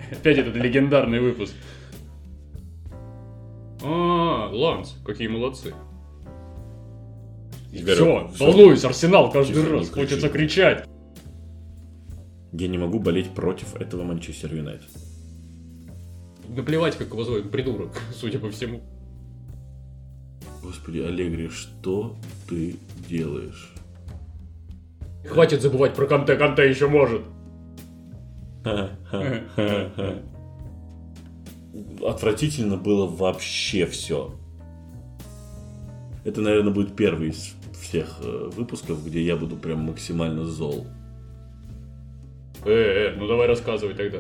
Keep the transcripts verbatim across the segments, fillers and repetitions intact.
Опять этот легендарный выпуск. А, Ланс, какие молодцы. Все, волнуюсь, Арсенал каждый раз, хочется кричать. Я не могу болеть против этого Манчестер Юнайтед. Наплевать, как его зовут, придурок, судя по всему. Господи, Аллегри, что ты делаешь? Хватит забывать про Канте, Канте еще может. Отвратительно было вообще все. Это, наверное, будет первый из всех выпусков, где я буду прям максимально зол. Э, э, ну давай рассказывай тогда.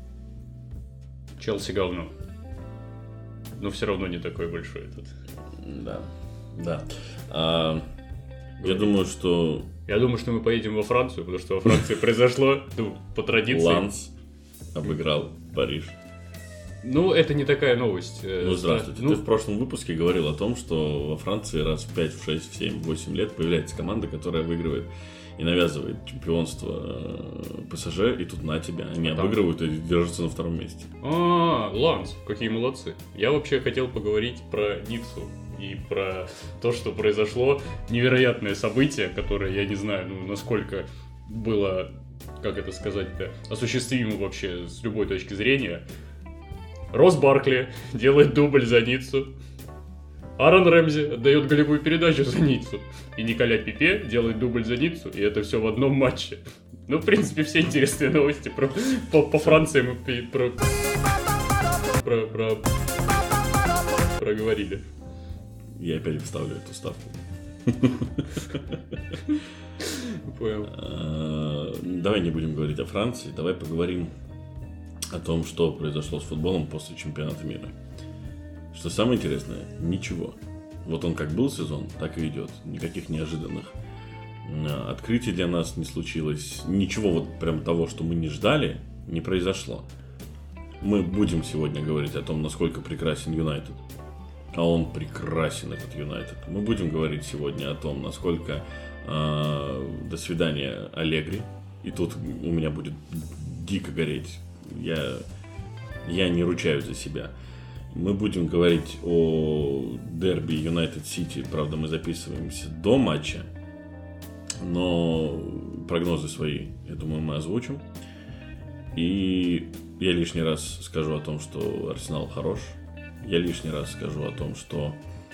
Челси говно. Но все равно не такой большой этот. Да, да. А, я думаю, что... Я думаю, что мы поедем во Францию, потому что во Франции произошло, ну, по традиции... Ланс обыграл Париж. Ну, это не такая новость. Ну, здравствуйте. Ну... Ты в прошлом выпуске говорил о том, что во Франции раз в пять, в шесть, в семь, в восемь лет появляется команда, которая выигрывает и навязывает чемпионство ПСЖ, и тут на тебя. Они а обыгрывают и держатся на втором месте. А, Ланс, какие молодцы. Я вообще хотел поговорить про Ниццу и про то, что произошло. Невероятное событие, которое, я не знаю, ну, насколько было, как это сказать-то, осуществимо вообще с любой точки зрения. Росс Баркли делает дубль за Ниццу. Аарон Рэмзи отдает голевую передачу за Ниццу. И Николя Пипе делает дубль за Ниццу. И это все в одном матче. Ну, в принципе, все интересные новости про, по, по Франции мы про, про, про, проговорили. Я опять вставлю эту ставку. Понял. Давай не будем говорить о Франции. Давай поговорим о том, что произошло с футболом после чемпионата мира. Что самое интересное, ничего. Вот он как был сезон, так и идет. Никаких неожиданных открытий для нас не случилось. Ничего вот прям того, что мы не ждали, не произошло. Мы будем сегодня говорить о том, насколько прекрасен Юнайтед. А он прекрасен, этот Юнайтед. Мы будем говорить сегодня о том, насколько э, до свидания Аллегри. И тут у меня будет дико гореть. Я, я не ручаюсь за себя. Мы будем говорить о дерби Юнайтед-Сити. Правда, мы записываемся до матча. Но прогнозы свои, я думаю, мы озвучим. И я лишний раз скажу о том, что Арсенал хорош. Я лишний раз скажу о том, что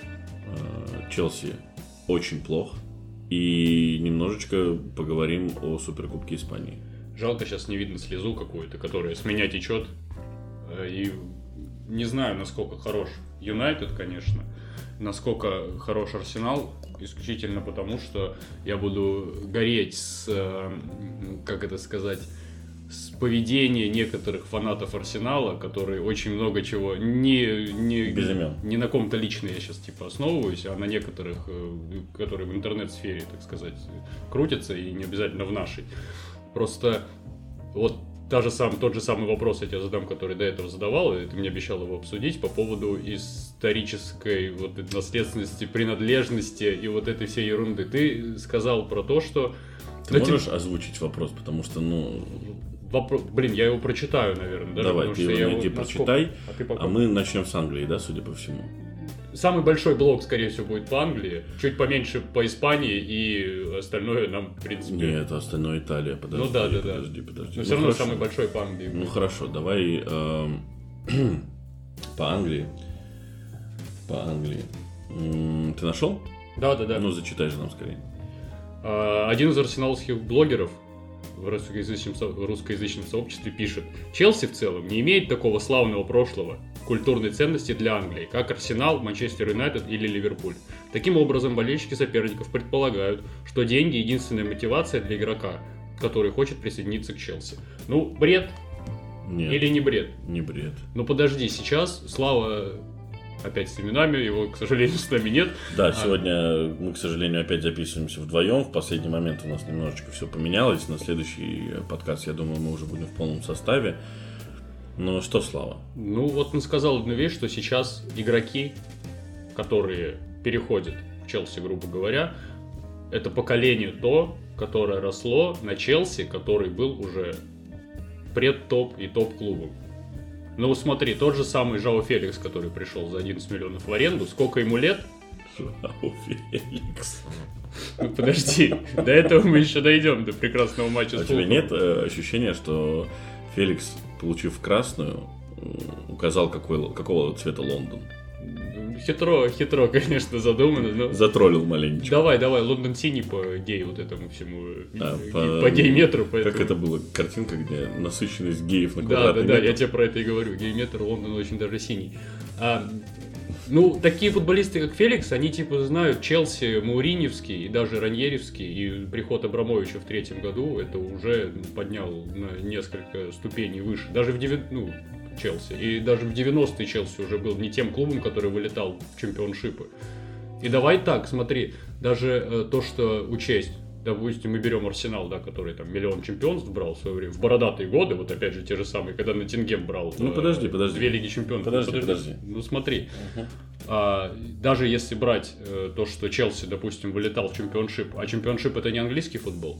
э, Челси очень плох. И немножечко поговорим о Суперкубке Испании. Жалко, сейчас не видно слезу какую-то, которая с меня течет. И не знаю, насколько хорош Юнайтед, конечно. Насколько хорош Арсенал. Исключительно потому, что я буду гореть с, как это сказать, с поведения некоторых фанатов Арсенала, которые очень много чего не, не, без имен. Не на ком-то лично я сейчас типа основываюсь, а на некоторых, которые в интернет-сфере, так сказать, крутятся, и не обязательно в нашей. Просто вот та же сам, тот же самый вопрос я тебе задам, который до этого задавал, и ты мне обещал его обсудить по поводу исторической вот этой наследственности, принадлежности и вот этой всей ерунды. Ты сказал про то, что... Ты можешь тебе... озвучить вопрос, потому что, ну... Вопро... Блин, я его прочитаю, наверное. Даже, Давай, ты его найди, его... прочитай, а, ты пока... а мы начнем с Англии, да, судя по всему? Самый большой блок, скорее всего, будет по Англии, чуть поменьше по Испании, и остальное нам, в принципе... Нет, остальное Италия, подожди, ну, да, да, подожди, да. подожди. Но ну, все равно хорошо. самый большой по Англии. Ну хорошо, давай э, по Англии. По Англии. М-м, ты нашел? Да, да, да. Ну, зачитай же нам скорее. А, один из арсеналских блогеров в русскоязычном, со... в русскоязычном сообществе пишет: Челси в целом не имеет такого славного прошлого, культурной ценности для Англии, как Арсенал, Манчестер Юнайтед или Ливерпуль. Таким образом, болельщики соперников предполагают, что деньги — единственная мотивация для игрока, который хочет присоединиться к Челси. Ну, бред? Нет. Или не бред? Не бред. Ну, подожди, сейчас Слава опять с именами, его, к сожалению, с нами нет. Да, сегодня а... мы, к сожалению, опять записываемся вдвоем. В последний момент у нас немножечко все поменялось. На следующий подкаст, я думаю, мы уже будем в полном составе. Ну, что, Слава? Ну, вот он сказал одну вещь, что сейчас игроки, которые переходят в Челси, грубо говоря, это поколение то, которое росло на Челси, который был уже пред-топ и топ-клубом. Ну смотри, тот же самый Жао Феликс, который пришел за одиннадцать миллионов в аренду, сколько ему лет? Жао Феликс. Ну подожди, до этого мы еще дойдем, до прекрасного матча а с тебе Фулхэмом. нет э, ощущения, что Феликс, получив красную, указал, какой, какого цвета Лондон? Хитро, хитро, конечно, задумано, но... Затроллил маленечко. Давай, давай, Лондон синий по гей вот этому всему, А, по, по, по гей-метру. Поэтому... Как это было? Картинка, где насыщенность геев на Да, квадратный да, да, метр. я тебе про это и говорю. Гей-метр Лондон очень даже синий. А, ну, такие футболисты, как Феликс, они типа знают Челси, Мауриньевский и даже Раньеревский, и приход Абрамовича в третьем году это уже поднял на несколько ступеней выше. Даже в девяностых, ну, Челси. И даже в девяностые Челси уже был не тем клубом, который вылетал в чемпионшипы. И давай так, смотри, даже э, то, что учесть, допустим, мы берем Арсенал, да, который там миллион чемпионств брал в свое время, в бородатые годы, вот опять же те же самые, когда Ноттингем брал Ну, э, подожди, подожди. две Лиги Чемпионов. Подожди, ну, подожди. Ну смотри, Угу. а, даже если брать э, то, что Челси, допустим, вылетал в чемпионшип, а чемпионшип это не английский футбол?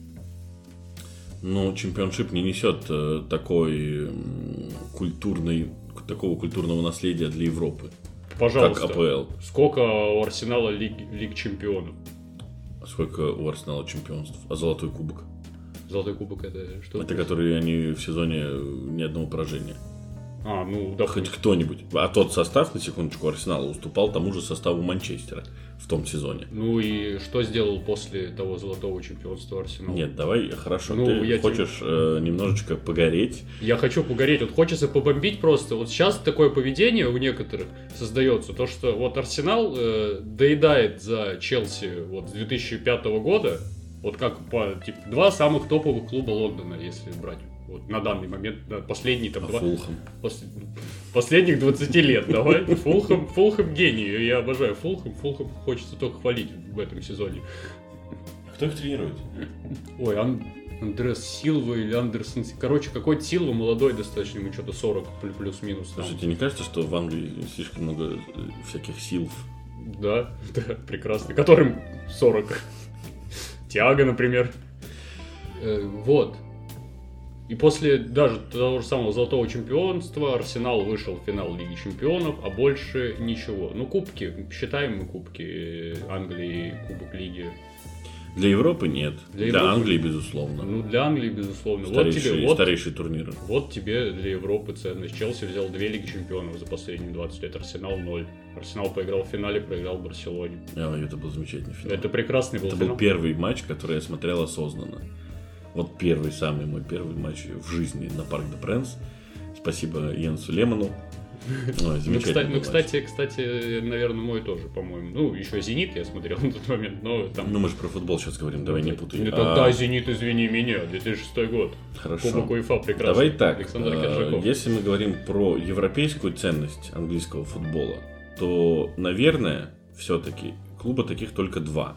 Ну, чемпионшип не несет э, такой м, культурной, такого культурного наследия для Европы, Пожалуйста. как АПЛ. Сколько у Арсенала лиг, лиг чемпионов? А сколько у Арсенала чемпионств? А золотой кубок? Золотой кубок это что? Это которые они в сезоне ни одного поражения. А, ну, да, Хоть кто-нибудь. А тот состав, на секундочку, Арсенала уступал тому же составу Манчестера в том сезоне. Ну и что сделал после того золотого чемпионства Арсенал? Нет, давай, хорошо, Ну, ты я хочешь э, немножечко погореть. Я хочу погореть, вот хочется побомбить просто. Вот сейчас такое поведение у некоторых создается, то что вот Арсенал э, доедает за Челси вот с две тысячи пятого года, вот как по, типа, два самых топовых клуба Лондона, если брать. Вот на данный момент, да, последние там А два... Фулхэм? Пос- Последних двадцати лет, давай. Фулхэм, Фулхэм гений, я обожаю Фулхэм, Фулхэм хочется только хвалить в этом сезоне. Кто их тренирует? Ой, Ан- Андрес Силва или Андерсон, короче, какой-то Силва молодой достаточно, ему что-то сорок плюс-минус. там. Слушай, тебе не кажется, что в Англии слишком много э, всяких сил? Да, да, прекрасно, которым сорок. Тиаго, например. Э, вот. И после даже того же самого золотого чемпионства Арсенал вышел в финал Лиги Чемпионов, а больше ничего. Ну, кубки, считаем мы кубки Англии, Кубок Лиги. Для Европы нет. Для Для, Европы- Англии, безусловно. Ну, для Англии, безусловно. Вот старейшие, тебе, вот, старейшие турниры. вот тебе для Европы ценность. Челси взял две Лиги Чемпионов за последние двадцать лет, Арсенал ноль. Арсенал поиграл в финале, проиграл Барселоне. А, это был замечательный финал. Это прекрасный был Это финал. был первый матч, который я смотрел осознанно. Вот первый, самый мой первый матч в жизни на Парк де Пренс. Спасибо Йенсу Лемону. Ой, Ну, кстати, ну, матч. кстати, кстати, наверное, мой тоже, по-моему. Ну, еще «Зенит» я смотрел на тот момент, но там... Ну, мы же про футбол сейчас говорим, давай не путай. Не, А, да, «Зенит», извини меня, две тысячи шестой год. Хорошо. Кубок УЕФА прекрасный. Давай так, Александр э, Кержаков. если мы говорим про европейскую ценность английского футбола, то, наверное, все-таки клуба таких только два.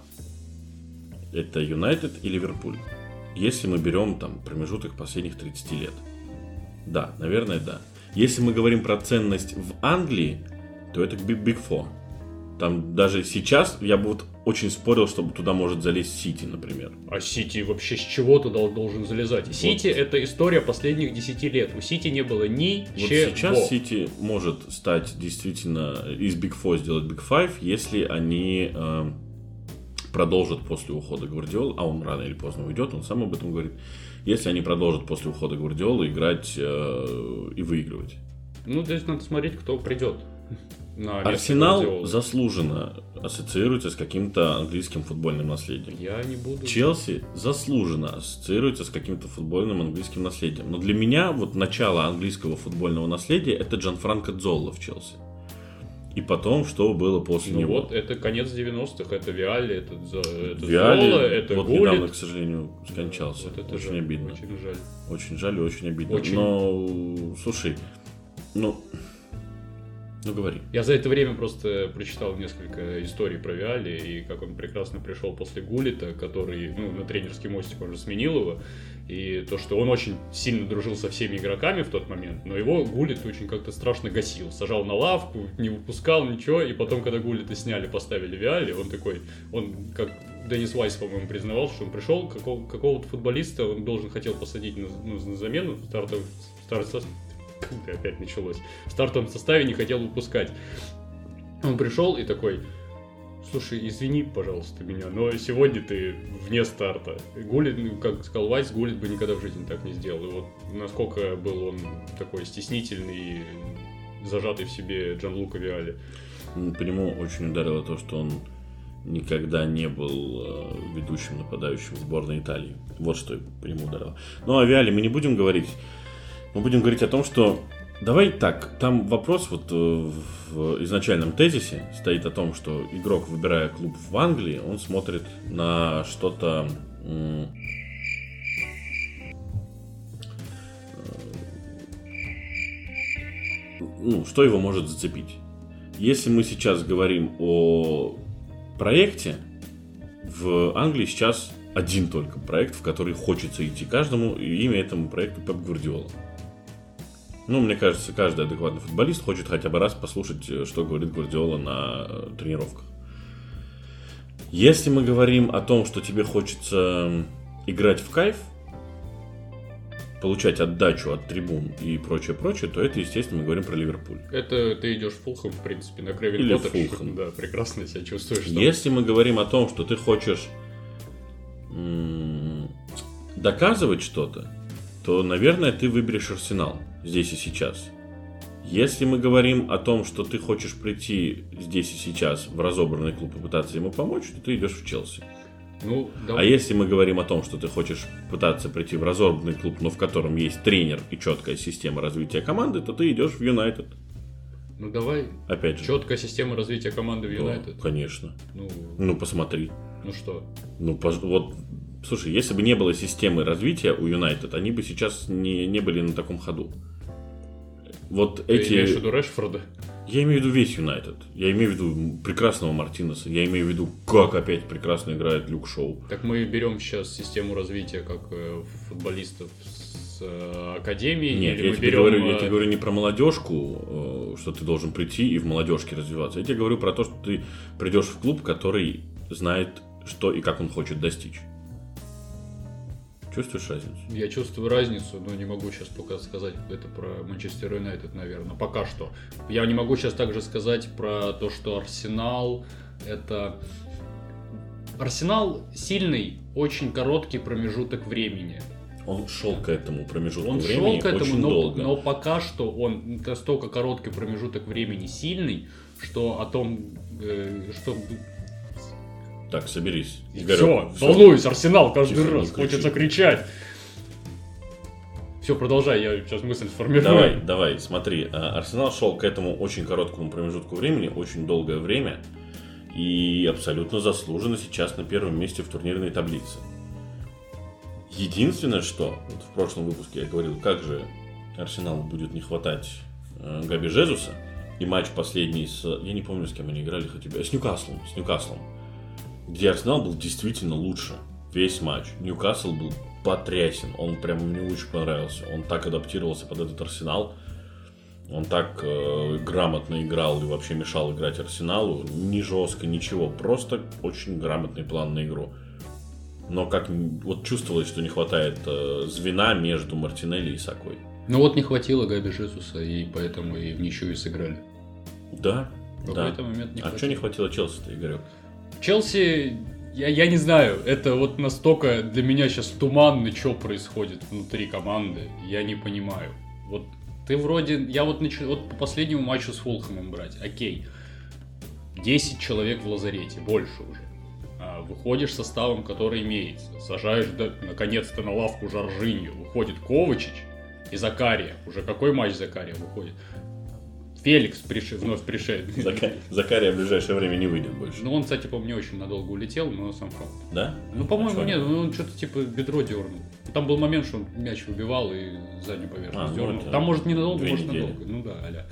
Это Юнайтед и Ливерпуль. Если мы берем там промежуток последних тридцати лет. Да, наверное, да. Если мы говорим про ценность в Англии, то это Big, Big Four. Там даже сейчас я бы вот очень спорил, чтобы туда может залезть Сити, например. А Сити вообще с чего туда должен залезать? Сити это история последних десяти лет. У Сити не было ни Вот чего. сейчас Сити может стать действительно из Big Four сделать Big Five, если они э, продолжат после ухода Гвардиолы, а он рано или поздно уйдет, он сам об этом говорит, если они продолжат после ухода Гвардиолы играть э, и выигрывать. Ну, здесь надо смотреть, кто придет. На место Арсенал Гвардиолы. заслуженно ассоциируется с каким-то английским футбольным наследием. Я не буду... Челси заслуженно ассоциируется с каким-то футбольным английским наследием. Но для меня вот начало английского футбольного наследия это Джанфранко Дзолло в Челси. И потом, что было после Ну него. вот, это конец девяностых, это Виали, это, Зо- это Виали, Зола, это вот Гулlit. недавно, к сожалению, скончался. Вот это очень жаль, обидно. Очень жаль. Очень жаль и очень обидно. Очень. Но, слушай, ну, ну говори. Я за это время просто прочитал несколько историй про Виали, и как он прекрасно пришел после Гуллита, который, ну, на тренерский мостик он же сменил его, и то, что он очень сильно дружил со всеми игроками в тот момент, но его Гуллит очень как-то страшно гасил, сажал на лавку, не выпускал ничего, и потом, когда Гуллита сняли, поставили Виали, он такой, он как... Деннис Вайс, по-моему, признавал, что он пришел, какого- какого-то футболиста он должен хотел посадить на, ну, на замену, стартовый, старт, опять началось. В стартовом составе не хотел выпускать. Он пришел и такой: слушай, извини, пожалуйста, меня, но сегодня ты вне старта. Гуллит, как сказал Вайс, Гуллит бы никогда в жизни так не сделал. И вот насколько был он такой стеснительный, зажатый в себе Джанлука Виалли. По нему очень ударило то, что он никогда не был э, ведущим нападающим в сборной Италии. Вот что по нему ударило. Ну, о Виалли мы не будем говорить. Мы будем говорить о том, что... Давай так, там вопрос вот э, в изначальном тезисе стоит о том, что игрок, выбирая клуб в Англии, он смотрит на что-то... М- ну, что его может зацепить. Если мы сейчас говорим о проекте, в Англии сейчас один только проект, в который хочется идти каждому, и имя этому проекту Пеп Гвардиола. Ну, мне кажется, каждый адекватный футболист хочет хотя бы раз послушать, что говорит Гвардиола на тренировках. Если мы говорим о том, что тебе хочется играть в кайф, получать отдачу от трибун и прочее-прочее, то это, естественно, мы говорим про Ливерпуль. Это ты идешь в Фулхэм, в принципе, на Крэвен Или Коттедж. Фулхэм. Да, прекрасно себя чувствуешь. Там. Если мы говорим о том, что ты хочешь м- доказывать что-то, то, наверное, ты выберешь Арсенал здесь и сейчас. Если мы говорим о том, что ты хочешь прийти здесь и сейчас в разобранный клуб и пытаться ему помочь, то ты идешь в Челси. Ну, А если мы говорим о том, что ты хочешь пытаться прийти в разорванный клуб, но в котором есть тренер и четкая система развития команды, то ты идешь в Юнайтед. Ну давай. Опять же. Четкая система развития команды в Юнайтед. Ну, конечно. Ну, ну, посмотри. Ну что? Ну, пож... вот, слушай, если бы не было системы развития у Юнайтед, они бы сейчас не, не были на таком ходу. Вот Ты эти... имеешь в виду Решфорда? Я имею в виду весь Юнайтед. Я имею в виду прекрасного Мартинеса. Я имею в виду, как опять прекрасно играет Люк Шоу. Так мы берем сейчас систему развития как э, футболистов с э, академии. Нет, или я мы тебе, берем, говорю, э... я тебе говорю не про молодежку, э, что ты должен прийти и в молодежке развиваться. Я тебе говорю про то, что ты придешь в клуб, который знает, что и как он хочет достичь. Чувствуешь разницу? Я чувствую разницу, но не могу сейчас пока сказать это про Манчестер Юнайтед, наверное, пока что. Я не могу сейчас также сказать про то, что Арсенал это... Арсенал сильный, очень короткий промежуток времени. Он шел к этому промежутку он времени шел к этому, очень но, долго. но пока что он настолько короткий промежуток времени сильный, что о том, э, что... Так, соберись. Все, волнуюсь, Арсенал каждый Тихо, раз, не кричи. хочется кричать. Все, продолжай, я сейчас мысль сформирую. Давай, давай, смотри. Арсенал шел к этому очень короткому промежутку времени, очень долгое время, и абсолютно заслуженно сейчас на первом месте в турнирной таблице. Единственное, что вот в прошлом выпуске я говорил, как же Арсеналу будет не хватать э, Габи Жезуса, и матч последний с... Я не помню, с кем они играли, хотя бы... С Ньюкаслом, с Ньюкаслом. Где Арсенал был действительно лучше. Весь матч. Ньюкасл был потрясен. Он прям мне очень понравился. Он так адаптировался под этот Арсенал. Он так э, грамотно играл и вообще мешал играть Арсеналу. Не жестко, ничего. Просто очень грамотный план на игру. Но как вот чувствовалось, что не хватает э, звена между Мартинелли и Сакой. Ну вот не хватило Габи Жезуса, и поэтому и в ничью и сыграли. Да, в да. какой-то момент не а хватило. что не хватило Челси-то, Игорек? Челси, я, я не знаю, это вот настолько для меня сейчас туманно, что происходит внутри команды, я не понимаю. Вот ты вроде, я вот, нач... вот по последнему матчу с Фулхэмом брать, окей, десять человек в лазарете, больше уже. А, выходишь составом, который имеется, сажаешь да, наконец-то на лавку Жоржинью, выходит Ковачич и Закария, уже какой матч Закария выходит? Феликс приш... вновь пришедший. Закария, Закария в ближайшее время не выйдет больше. Ну, он, кстати, по мне очень надолго улетел, но сам факт. Да? Ну, по-моему, а нет, ну, он что-то типа бедро дернул. Там был момент, что он мяч выбивал и заднюю поверхность а, дернул. ну, Там, может, ненадолго, две может, недели. надолго. Ну да, аля.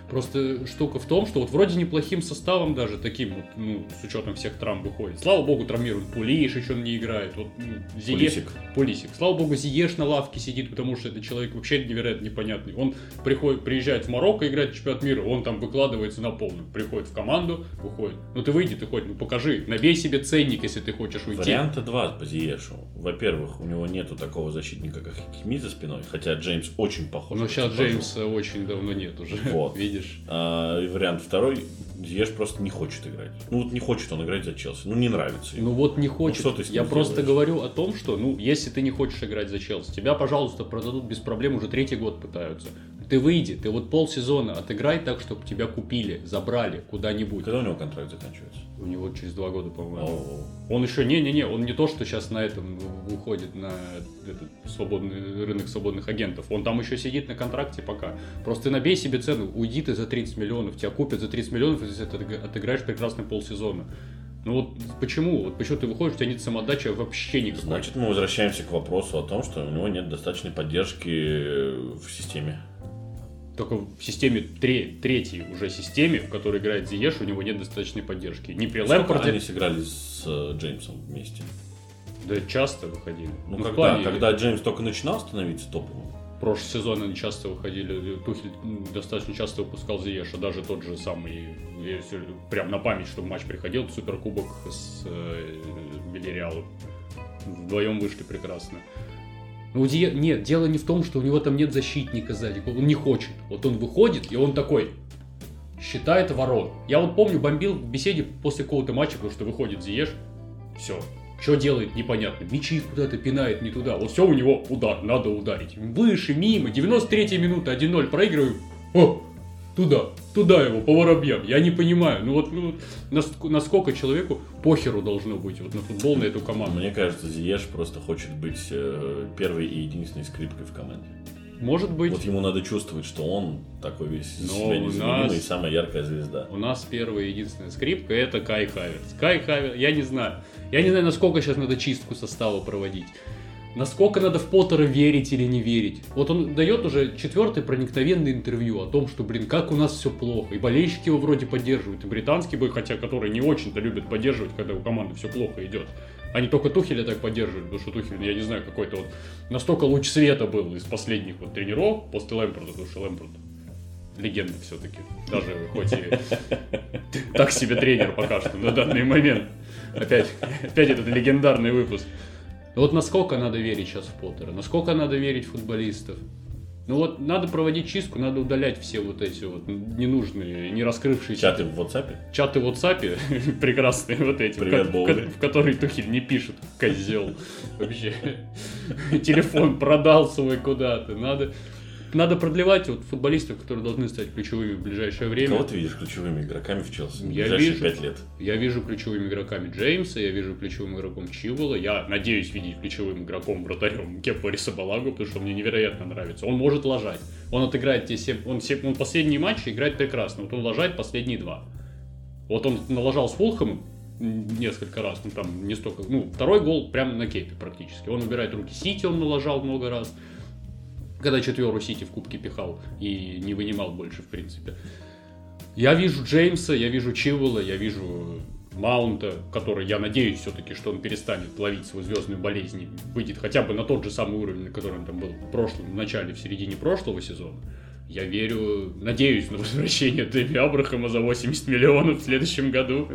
Просто штука в том, что вот вроде неплохим составом даже таким, вот, ну, с учетом всех травм выходит. Слава богу, травмирует Пулиш, еще он не играет. Вот, ну, Зиеш, Пулисик. Пулисик. Слава богу, Зиеш на лавке сидит, потому что это человек вообще невероятно непонятный. Он приходит, приезжает в Марокко, играет в чемпионат мира, он там выкладывается на полную. Приходит в команду, выходит. Ну ты выйди, ты хоть, ну покажи, набей себе ценник, если ты хочешь уйти. Варианта два по Зиешу. Во-первых, у него нету такого защитника, как Хакими за спиной, хотя Джеймс очень похож. Но сейчас Джеймса очень давно нет уже, вот. Видишь. А, и вариант второй, Зиеш просто не хочет играть. Ну вот не хочет он играть за Челси, ну не нравится ему. Ну вот не хочет. Ну, что ты с ним Я просто делаешь? говорю о том, что, ну, если ты не хочешь играть за Челси, тебя, пожалуйста, продадут без проблем, уже третий год пытаются. Ты выйди, ты вот полсезона отыграй так, чтобы тебя купили, забрали куда-нибудь. Когда у него контракт заканчивается? У него через два года, по-моему. О-о-о. Он еще, не-не-не, он не то, что сейчас на этом выходит на этот свободный рынок свободных агентов. Он там еще сидит на контракте пока. Просто набей себе цену, уйди ты за тридцать миллионов, тебя купят за тридцать миллионов, если ты отыграешь прекрасный полсезона. Ну вот почему? Вот почему ты выходишь, у тебя нет самоотдачи вообще никакой. Значит, мы возвращаемся к вопросу о том, что у него нет достаточной поддержки в системе. Только в системе, тре- третьей уже системе, в которой играет Зиеш, у него нет достаточной поддержки. Не при Сколько Лэмпорде. они сыграли с э, Джеймсом вместе? Да часто выходили. Ну, в когда, плане- когда Джеймс только начинал становиться топовым. Прошлый сезон они часто выходили. Тухель достаточно часто выпускал Зиеша. Даже тот же самый, если прям на память, чтобы матч приходил, суперкубок с э, Вильяреалом. Вдвоем вышли прекрасно. Но у Зие... Нет, дело не в том, что у него там нет защитника сзади. Он не хочет. Вот он выходит, и он такой считает ворот. Я вот помню, бомбил в беседе после какого-то матча, потому что выходит Зиеш. Все. Что делает, непонятно. Мячи куда-то пинает не туда. Вот все у него удар, надо ударить. Выше, мимо. девяносто третья минута, один ноль, проигрываю. О, туда, туда его, по воробьям. Я не понимаю. Ну вот, ну, наск- насколько человеку похеру должно быть вот на футбол, на эту команду. Мне кажется, Зиеш просто хочет быть э, первой и единственной скрипкой в команде. Может быть. Вот ему надо чувствовать, что он такой весь из Но себя у незаменимый нас- и самая яркая звезда. У нас первая и единственная скрипка — это Кай Хаверц. Кай Хаверц, я не знаю. Я не знаю, насколько сейчас надо чистку состава проводить. Насколько надо в Поттера верить или не верить. Вот он дает уже четвертое проникновенное интервью о том, что, блин, как у нас все плохо. И болельщики его вроде поддерживают, и британские бой, хотя которые не очень-то любят поддерживать, когда у команды все плохо идет. Они только Тухеля так поддерживают, потому что Тухель, я не знаю, какой-то вот настолько луч света был из последних вот тренеров после Лэмпорда, потому что Лэмпорд легенда все-таки. Даже хоть и так себе тренер пока что на данный момент. Опять, опять этот легендарный выпуск. Но вот насколько надо верить сейчас в Поттера? Насколько надо верить в футболистов? Ну вот надо проводить чистку, надо удалять все вот эти вот ненужные, не раскрывшиеся Чаты в WhatsApp? чаты в WhatsApp прекрасные вот эти, Привет, в, ко- Боулер. в которые Тухель не пишет, козел. Вообще. Телефон продал свой куда-то. Надо, надо продлевать вот футболистов, которые должны стать ключевыми в ближайшее время. Кого ты видишь ключевыми игроками в Челси в Я ближайшие вижу. пять лет? Я вижу ключевыми игроками Джеймса, я вижу ключевым игроком Чилвелла, я надеюсь видеть ключевым игроком вратарем Кепу Арисабалагу, потому что он мне невероятно нравится. Он может ложать. Он отыграет те семь, он, семь, он последние матчи играет прекрасно, вот он ложает последние два. Вот он налажал с Фулхэмом несколько раз, ну там не столько, ну второй гол прямо на Кепе практически. Он убирает руки Сити, он налажал много раз, когда четверу Сити в кубке пихал и не вынимал больше в принципе. Я вижу Джеймса, я вижу Чилвелла, я вижу Маунта, который, я надеюсь все-таки, что он перестанет ловить свою звездную болезнь и выйдет хотя бы на тот же самый уровень, на котором он там был в прошлом, в начале, в середине прошлого сезона. Я верю, надеюсь на возвращение Дэви Абрахама за восемьдесят миллионов в следующем году.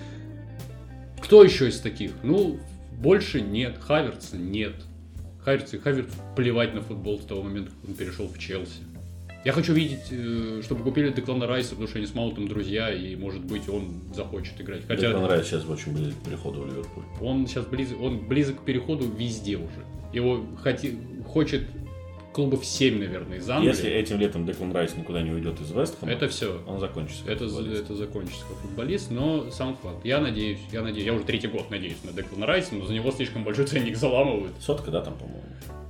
Кто еще из таких? Ну, больше нет. Хаверца нет. Хаверц, Хаверц плевать на футбол с того момента, как он перешел в Челси. Я хочу видеть, чтобы купили Деклана Райса, потому что они с Маунтом друзья, и, может быть, он захочет играть. Хотя Деклан Райс сейчас очень близок к переходу в Ливерпуль. он сейчас близок, он близок к переходу везде уже. Его хоти, хочет клубов семь, наверное, из Англии. Если этим летом Деклан Райс никуда не уйдет из Вест Хэма, Это все. он закончится. как Это, футболист. это закончится как футболист, но сам факт. Я надеюсь, я надеюсь, я уже третий год надеюсь на Деклана Райса, но за него слишком большой ценник заламывают. Сотка, да, там, по-моему?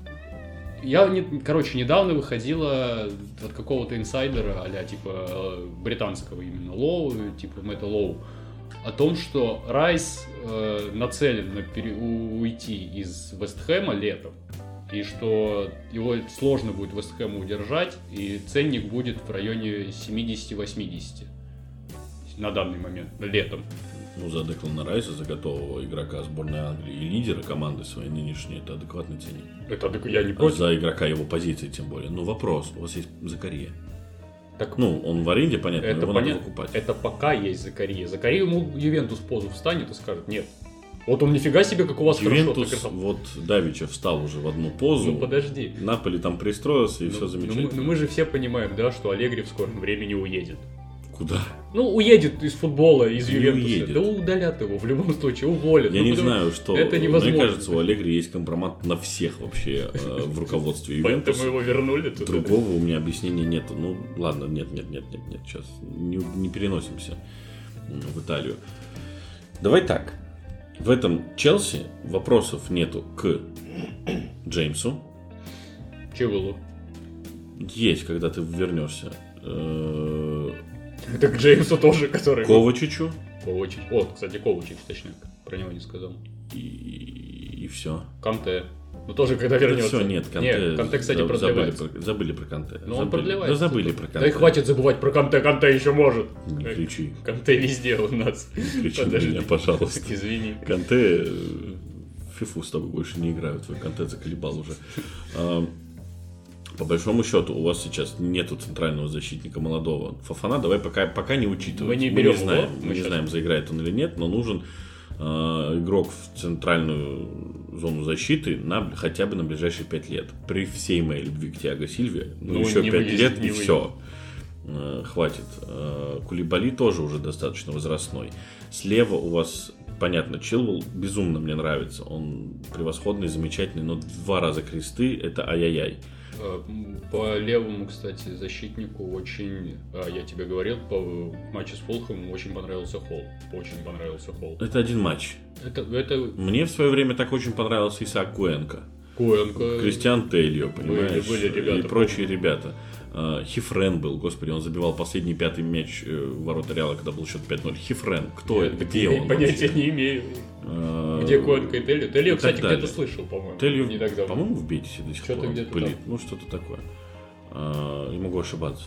Я, не, короче, недавно выходила от какого-то инсайдера, а-ля, типа, э, британского именно Лоу, типа Мэтта Лоу, о том, что Райс э, нацелен на пере- у- уйти из Вест Хэма летом и что его сложно будет Вест Хэму удержать, и ценник будет в районе семьдесят-восемьдесят на данный момент, летом. Ну, за Деклана Райса, за готового игрока сборной Англии и лидера команды своей нынешней, это адекватный ценник. Это я не против. За игрока его позиции тем более. Ну, вопрос, у вас есть Закария. Так, ну, он в аренде, понятно, это его понятно, надо выкупать. Это пока есть Закария. Закария ему Ювентус позу встанет и скажет, нет. Вот он нифига себе, как у вас Ювентус, хорошо. вот Давича встал уже в одну позу. Ну, подожди. Наполи там пристроился, и ну, все замечательно. Ну мы, ну, мы же все понимаем, да, что Аллегри в скором времени уедет. Куда? Ну, уедет из футбола, из Не Ювентуса. уедет. Да удалят его, в любом случае, уволят. Я ну, не знаю, что... Это невозможно. Мне кажется, у Аллегри есть компромат на всех вообще э, в руководстве Ювентуса. Поэтому его вернули туда. Другого у меня объяснения нет. Ну, ладно, нет, нет, нет, нет, нет, сейчас не, не переносимся в Италию. Давай так. В этом Челси вопросов нету к Джеймсу. Чивелу. Есть, когда ты вернешься. Это к Джеймсу тоже, который... Ковачичу. Ковачич. О, кстати, Ковачич, точно. Про него не сказал. И, и все. Канте. Ну тоже когда вернется. Да все, нет, Канте. Нет, Канте, кстати, забыли продлевается. про, забыли про Канте. Ну, забыли. он продлевается. Да забыли про Канте. Да и хватит забывать про Канте. Канте еще может. Не кричи. Канте везде у нас. Не кричи Подожди. меня, пожалуйста. Извини. Канте... В фифу с тобой больше не играют. Твой Канте заколебал уже. По большому счету, у вас сейчас нету центрального защитника молодого. Фофана давай пока, пока не учитывать. Мы не, мы берем не знаем, его, мы мы не сейчас... знаем, заиграет он или нет, но нужен э, игрок в центральную зону защиты на, хотя бы на ближайшие пять лет. При всей моей любви к Тиаго Сильве, ну, ну еще пять вылезет, лет и выйдет. все. Э, хватит. Э, Кулибали тоже уже достаточно возрастной. Слева у вас... Понятно, Чилвелл безумно мне нравится. Он превосходный, замечательный, но два раза кресты — это ай-яй-яй. По левому, кстати, защитнику очень, я тебе говорил, по матчу с Фулхэмом очень понравился Холл. Очень понравился Холл. Это один матч. Это, это... Мне в свое время так очень понравился Исаак Куэнко. Куэнко. Кристиан Телью, понимаешь? Были, были ребята, и прочие ребята. Хифрен был, господи, он забивал последний пятый мяч в ворота Реала, когда был счет пять ноль. Хифрен, кто это? Где он? Понятия не имею. Где Куэнко и Телью? Телью, кстати, где-то слышал, по-моему. Телью, не так давно. по-моему, в Бетисе до сих что-то пор где-то пылит. там. Ну, что-то такое. Не могу ошибаться.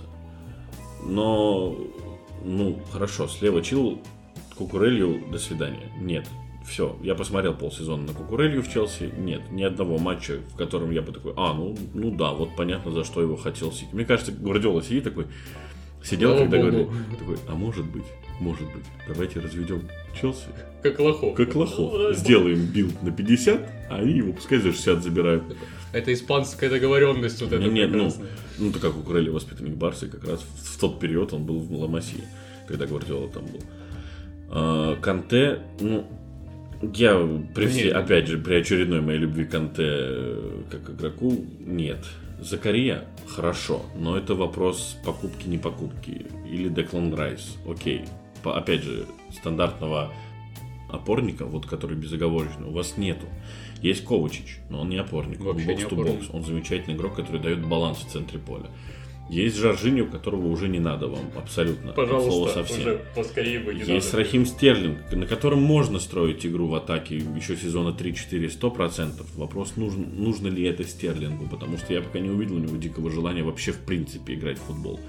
Но, ну, хорошо, слева Чилвелл, Кукурелью, до свидания. Нет. Все, я посмотрел полсезона на Кукурелью в Челси. Нет, ни одного матча, в котором я бы такой, а, ну, ну да, вот понятно, за что его хотел Сити. Мне кажется, Гвардиола сидит такой, сидел, Слава когда Богу. говорили, такой, а может быть, может быть, давайте разведем Челси. Как лохов. Как лохов. Ну, Сделаем билд на пятьдесят, а они его пускай за шестьдесят забирают. Это испанская договоренность вот эта Нет, ну, прекрасная. ну, так как Кукурелли воспитанник Барсы, как раз в, в тот период он был в Ла-Масии, когда Гвардиола там был. А, Канте, ну, я при всей, Нет. опять же, при очередной моей любви к Канте как игроку, нет. Закария хорошо, но это вопрос покупки, не покупки. Или Деклан Райс, окей. По, опять же, стандартного опорника, вот который безоговорочный, у вас нету. Есть Ковачич, но он не опорник, Вообще он не бокс-то-бокс. опорник. Он замечательный игрок, который дает баланс в центре поля. Есть Жоржиньо, которого уже не надо вам, абсолютно. от слова Пожалуйста, совсем. уже поскорее бы не Есть надо. Рахим Стерлинг, на котором можно строить игру в атаке еще сезона три-четыре сто процентов. Вопрос, нужен, нужно ли это Стерлингу, потому что я пока не увидел у него дикого желания вообще в принципе играть в футбол.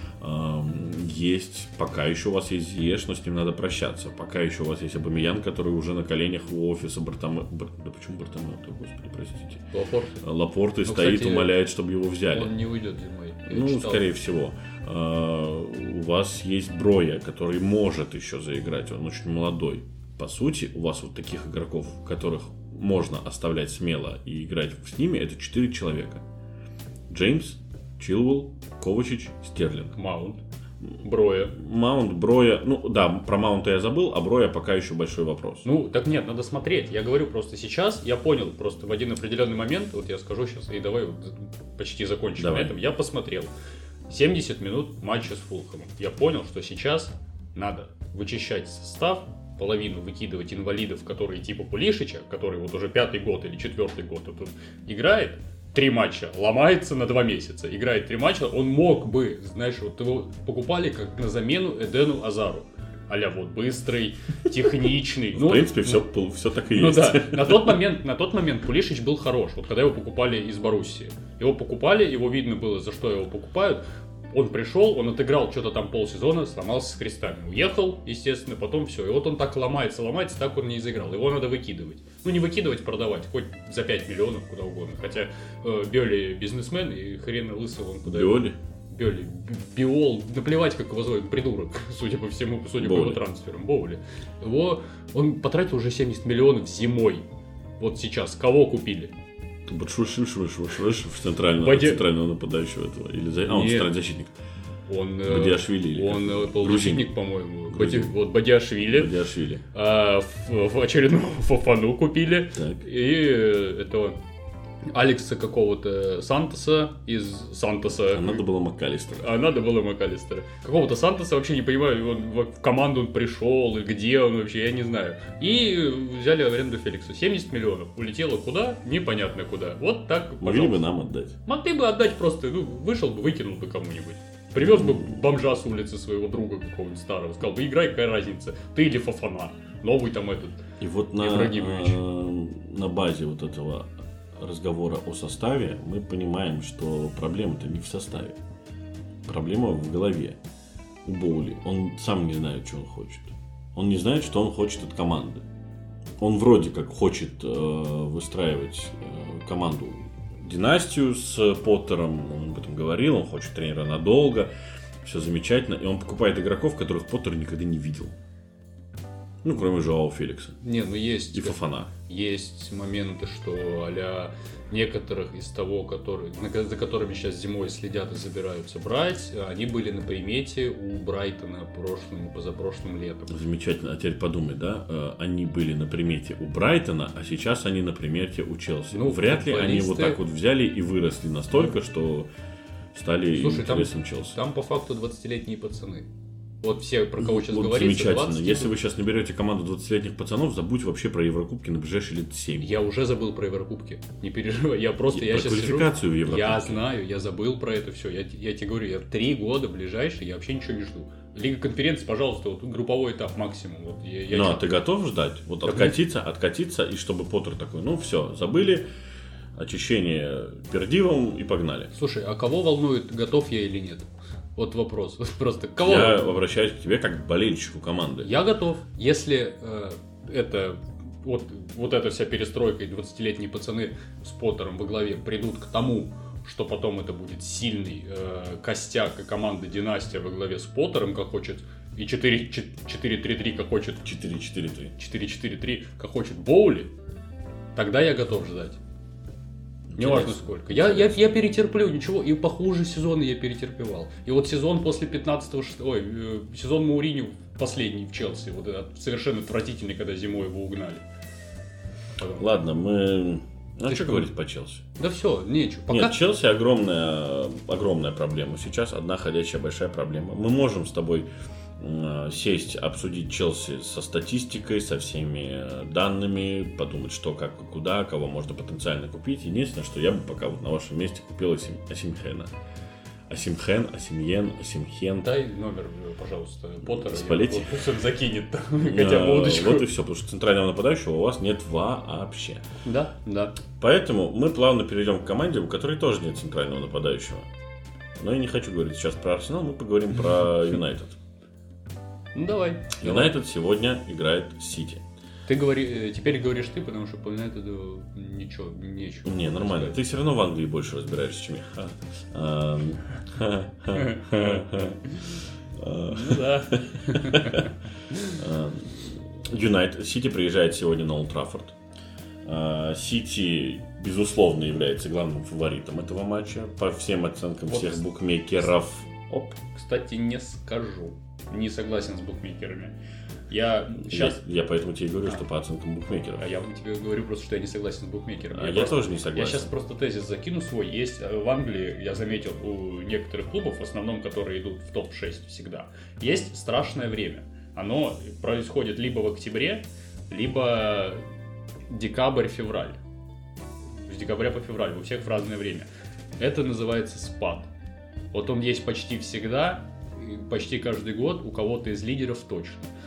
Есть, пока еще у вас есть Зиеш, но с ним надо прощаться. Пока еще у вас есть Абамиян, который уже на коленях у офиса Бартоме... Бар... Да почему Бартомео-то, господи, простите. Лапорте. Лапорте Ну, стоит, кстати, умоляет, чтобы его взяли. Он не уйдет зимой. Я Ну, читал. скорее всего. А, у вас есть Броя, который может еще заиграть. Он очень молодой. По сути, у вас вот таких игроков, которых можно оставлять смело и играть с ними, это четыре человека. Джеймс, Чилвелл, Ковачич, Стерлинг. Маунт. Броя. Маунт, Броя. Ну да, про Маунта я забыл, а Броя пока еще большой вопрос. Ну, так нет, надо смотреть. Я говорю просто сейчас, я понял просто в один определенный момент, вот я скажу сейчас, и давай вот почти закончим Давай. на этом. Я посмотрел семьдесят минут матча с Фулхэмом. Я понял, что сейчас надо вычищать состав, половину выкидывать инвалидов, которые типа Пулишича, который вот уже пятый год или четвертый год вот тут играет, три матча, ломается на два месяца, играет три матча, он мог бы, знаешь, вот его покупали как на замену Эдену Азару. а-ля вот быстрый, техничный. В принципе, все, все так и есть. Ну да, на тот момент, на тот момент Пулишич был хорош, вот когда его покупали из Боруссии. Его покупали, его видно было, за что его покупают. Он пришел, он отыграл что-то там полсезона, сломался с крестами. Уехал, естественно, потом все. И вот он так ломается, ломается, так он не заиграл. Его надо выкидывать. Ну, не выкидывать, продавать. Хоть за пять миллионов, куда угодно. Хотя э, Бёли бизнесмен, и хрена лысого он куда... Бёли? Бёли. Биол. Наплевать, как его зовут. Придурок, судя по всему, судя Боули. По его трансферам. Боули. Его... Он потратил уже семьдесят миллионов зимой. Вот сейчас. Кого купили? Центрального, Бади... центрального нападающего этого. Или за... А, он центральный защитник. Он, Бадиашвили. Или он полузащитник, по-моему. Бади... Вот Бадиашвили. Бадиашвили. А, в, в очередного Фофану купили. Так. И этого Алекса какого-то Сантоса из Сантоса. А надо было МакАлистера. А надо было МакАлистера. Какого-то Сантоса вообще не понимаю, он в команду он пришел, и где он вообще, я не знаю. И взяли в аренду Феликса. семьдесят миллионов. Улетело куда? Непонятно куда. Вот так, могли бы нам отдать. Могли бы отдать просто, ну, вышел бы, выкинул бы кому-нибудь. Привез бы бомжа с улицы своего друга какого-нибудь старого. Сказал бы, играй, какая разница. Ты или Фофана. Новый там этот. И вот на, на базе вот этого разговора о составе мы понимаем, что проблема-то не в составе. Проблема в голове у Боули. Он сам не знает, что он хочет. Он не знает, что он хочет от команды. Он вроде как хочет э, выстраивать э, команду, династию с Поттером. Он об этом говорил. Он хочет тренера надолго. Все замечательно. И он покупает игроков, которых Поттер никогда не видел. Ну, кроме Жоао Феликса. Не, ну есть... И Фофана. Есть моменты, что а-ля некоторых из того, которые, за которыми сейчас зимой следят и забираются брать, они были на примете у Брайтона прошлым и позапрошлым летом. Замечательно. А теперь подумай, да? Они были на примете у Брайтона, а сейчас они на примете у Челси. Ну, вряд ли они вот так вот взяли и выросли настолько, ну, что стали Слушай, интересом там, Челси. Там по факту двадцатилетние пацаны. Вот все, про кого сейчас вот говорится, замечательно. двадцать Если вы сейчас наберете команду двадцатилетних пацанов, забудьте вообще про Еврокубки на ближайшие лет семь. Я уже забыл про Еврокубки. Не переживай. Я просто, я, я сейчас квалификацию сижу, в Еврокубке. Я знаю, я забыл про это все. Я, я тебе говорю, я три года ближайшие, я вообще ничего не жду. Лига конференции, пожалуйста, вот групповой этап максимум. Вот я, я ну, чё... а ты готов ждать? Вот так откатиться, мы... откатиться, и чтобы Поттер такой, ну все, забыли, очищение пердивом и погнали. Слушай, а кого волнует, готов я или нет? Вот вопрос. Просто кого? Я обращаюсь к тебе как к болельщику команды. Я готов. Если э, это вот, вот эта вся перестройка и двадцатилетние пацаны с Поттером во главе придут к тому, что потом это будет сильный э, костяк и команда династия во главе с Поттером, как хочет, и четыре три три, как хочет... четыре четыре три. четыре четыре три, как хочет Боули, тогда я готов ждать. Неважно сколько. Я, я, я перетерплю, ничего. И похуже сезона я перетерпевал. И вот сезон после пятнадцатого... Ой, э, сезон Мауриньо последний в Челси. Вот этот совершенно отвратительный, когда зимой его угнали. Потом. Ладно, мы... Ну, а что говорить по Челси? Да все, нечего. Пока... Нет, Челси огромная, огромная проблема. Сейчас одна ходячая большая проблема. Мы можем с тобой э, сесть, обсудить Челси со статистикой, со всеми данными, подумать, что, как, куда, кого можно потенциально купить. Единственное, что я бы пока вот на вашем месте купил Асим, Асимхена. Асимхен, Асимьен, Асимхен. Дай номер, пожалуйста, Поттера. Спалетти. Пусть он закинет хотя бы удочку. Вот и все, потому что центрального нападающего у вас нет вообще. Да, да. Поэтому мы плавно перейдем к команде, у которой тоже нет центрального нападающего. Но я не хочу говорить сейчас про Арсенал, мы поговорим про Юнайтед. Ну давай. Юнайтед сегодня играет с Сити. Ты говори, теперь говоришь ты, потому что по Юнайтеду ничего, нечего. Не, нормально. Сказать. Ты все равно в Англии больше разбираешься, чем я. Ну да. Юнайтед. Сити приезжает сегодня на Олд Траффорд. Сити, безусловно, является главным фаворитом этого матча. По всем оценкам вот всех букмекеров. Оп. Кстати, не скажу. Не согласен с букмекерами. Я сейчас... Я, я поэтому тебе говорю, а. что по оценкам букмекеров. А я тебе говорю просто, что я не согласен с букмекерами. А я, я просто, тоже не согласен. Я сейчас просто тезис закину свой. Есть в Англии, я заметил, у некоторых клубов, в основном, которые идут в топ шесть всегда, есть страшное время. Оно происходит либо в октябре, либо декабрь-февраль. С декабря по февраль, у всех в разное время. Это называется спад. Вот он есть почти всегда, почти каждый год, у кого-то из лидеров точно.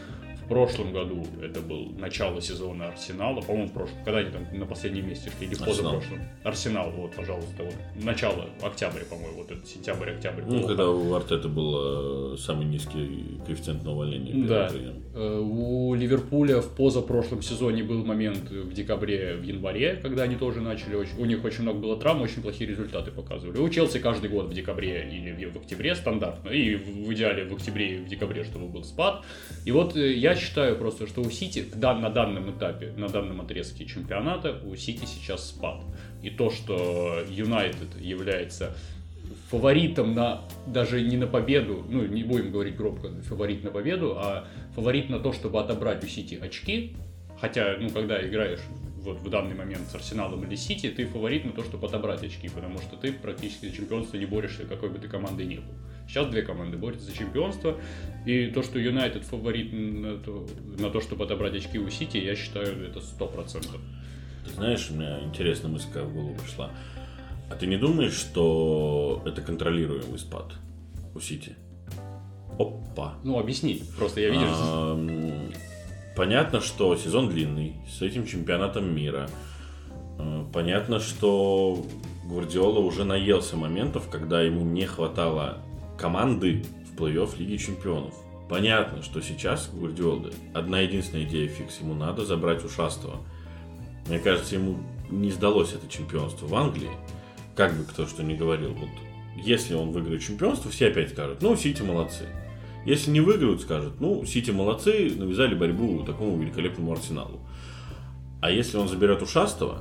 В прошлом году это был начало сезона Арсенала, по-моему, в прошлом, когда они там на последнем месте шли, или позапрошлом. Арсенал, вот, пожалуйста, вот, начало октября, по-моему, вот это сентябрь-октябрь. Ну, плохо. Когда у Артета был самый низкий коэффициент на увольнение. Да. У Ливерпуля в позапрошлом сезоне был момент в декабре, в январе, когда они тоже начали, очень, у них очень много было травм, очень плохие результаты показывали. У Челси каждый год в декабре или в октябре стандартно, и в идеале в октябре и в декабре, чтобы был спад. И вот я считаю просто, что у Сити на данном этапе, на данном отрезке чемпионата, у Сити сейчас спад. И то, что Юнайтед является фаворитом на, даже не на победу, ну не будем говорить громко фаворит на победу, а фаворит на то, чтобы отобрать у Сити очки, хотя, ну, когда играешь вот в данный момент с Арсеналом или Сити, ты фаворит на то, чтобы отобрать очки, потому что ты практически за чемпионство не борешься, какой бы ты командой ни был. Сейчас две команды борются за чемпионство, и то, что Юнайтед фаворит на то, на то, чтобы отобрать очки у Сити, я считаю, это сто процентов. Ты знаешь, у меня интересная мысль в голову пришла. А ты не думаешь, что это контролируемый спад у Сити? Опа. Ну, объясни. Просто я видишь... А, понятно, что сезон длинный, с этим чемпионатом мира. Понятно, что Гвардиола уже наелся моментов, когда ему не хватало команды в плей-офф Лиги Чемпионов. Понятно, что сейчас у Гвардиолы одна единственная идея фикс. Ему надо забрать ушастого. Мне кажется, ему не сдалось это чемпионство в Англии. Как бы кто что ни говорил. Вот, если он выиграет чемпионство, все опять скажут, ну, Сити молодцы. Если не выиграют, скажут, ну, Сити молодцы, навязали борьбу такому великолепному Арсеналу. А если он заберет ушастого,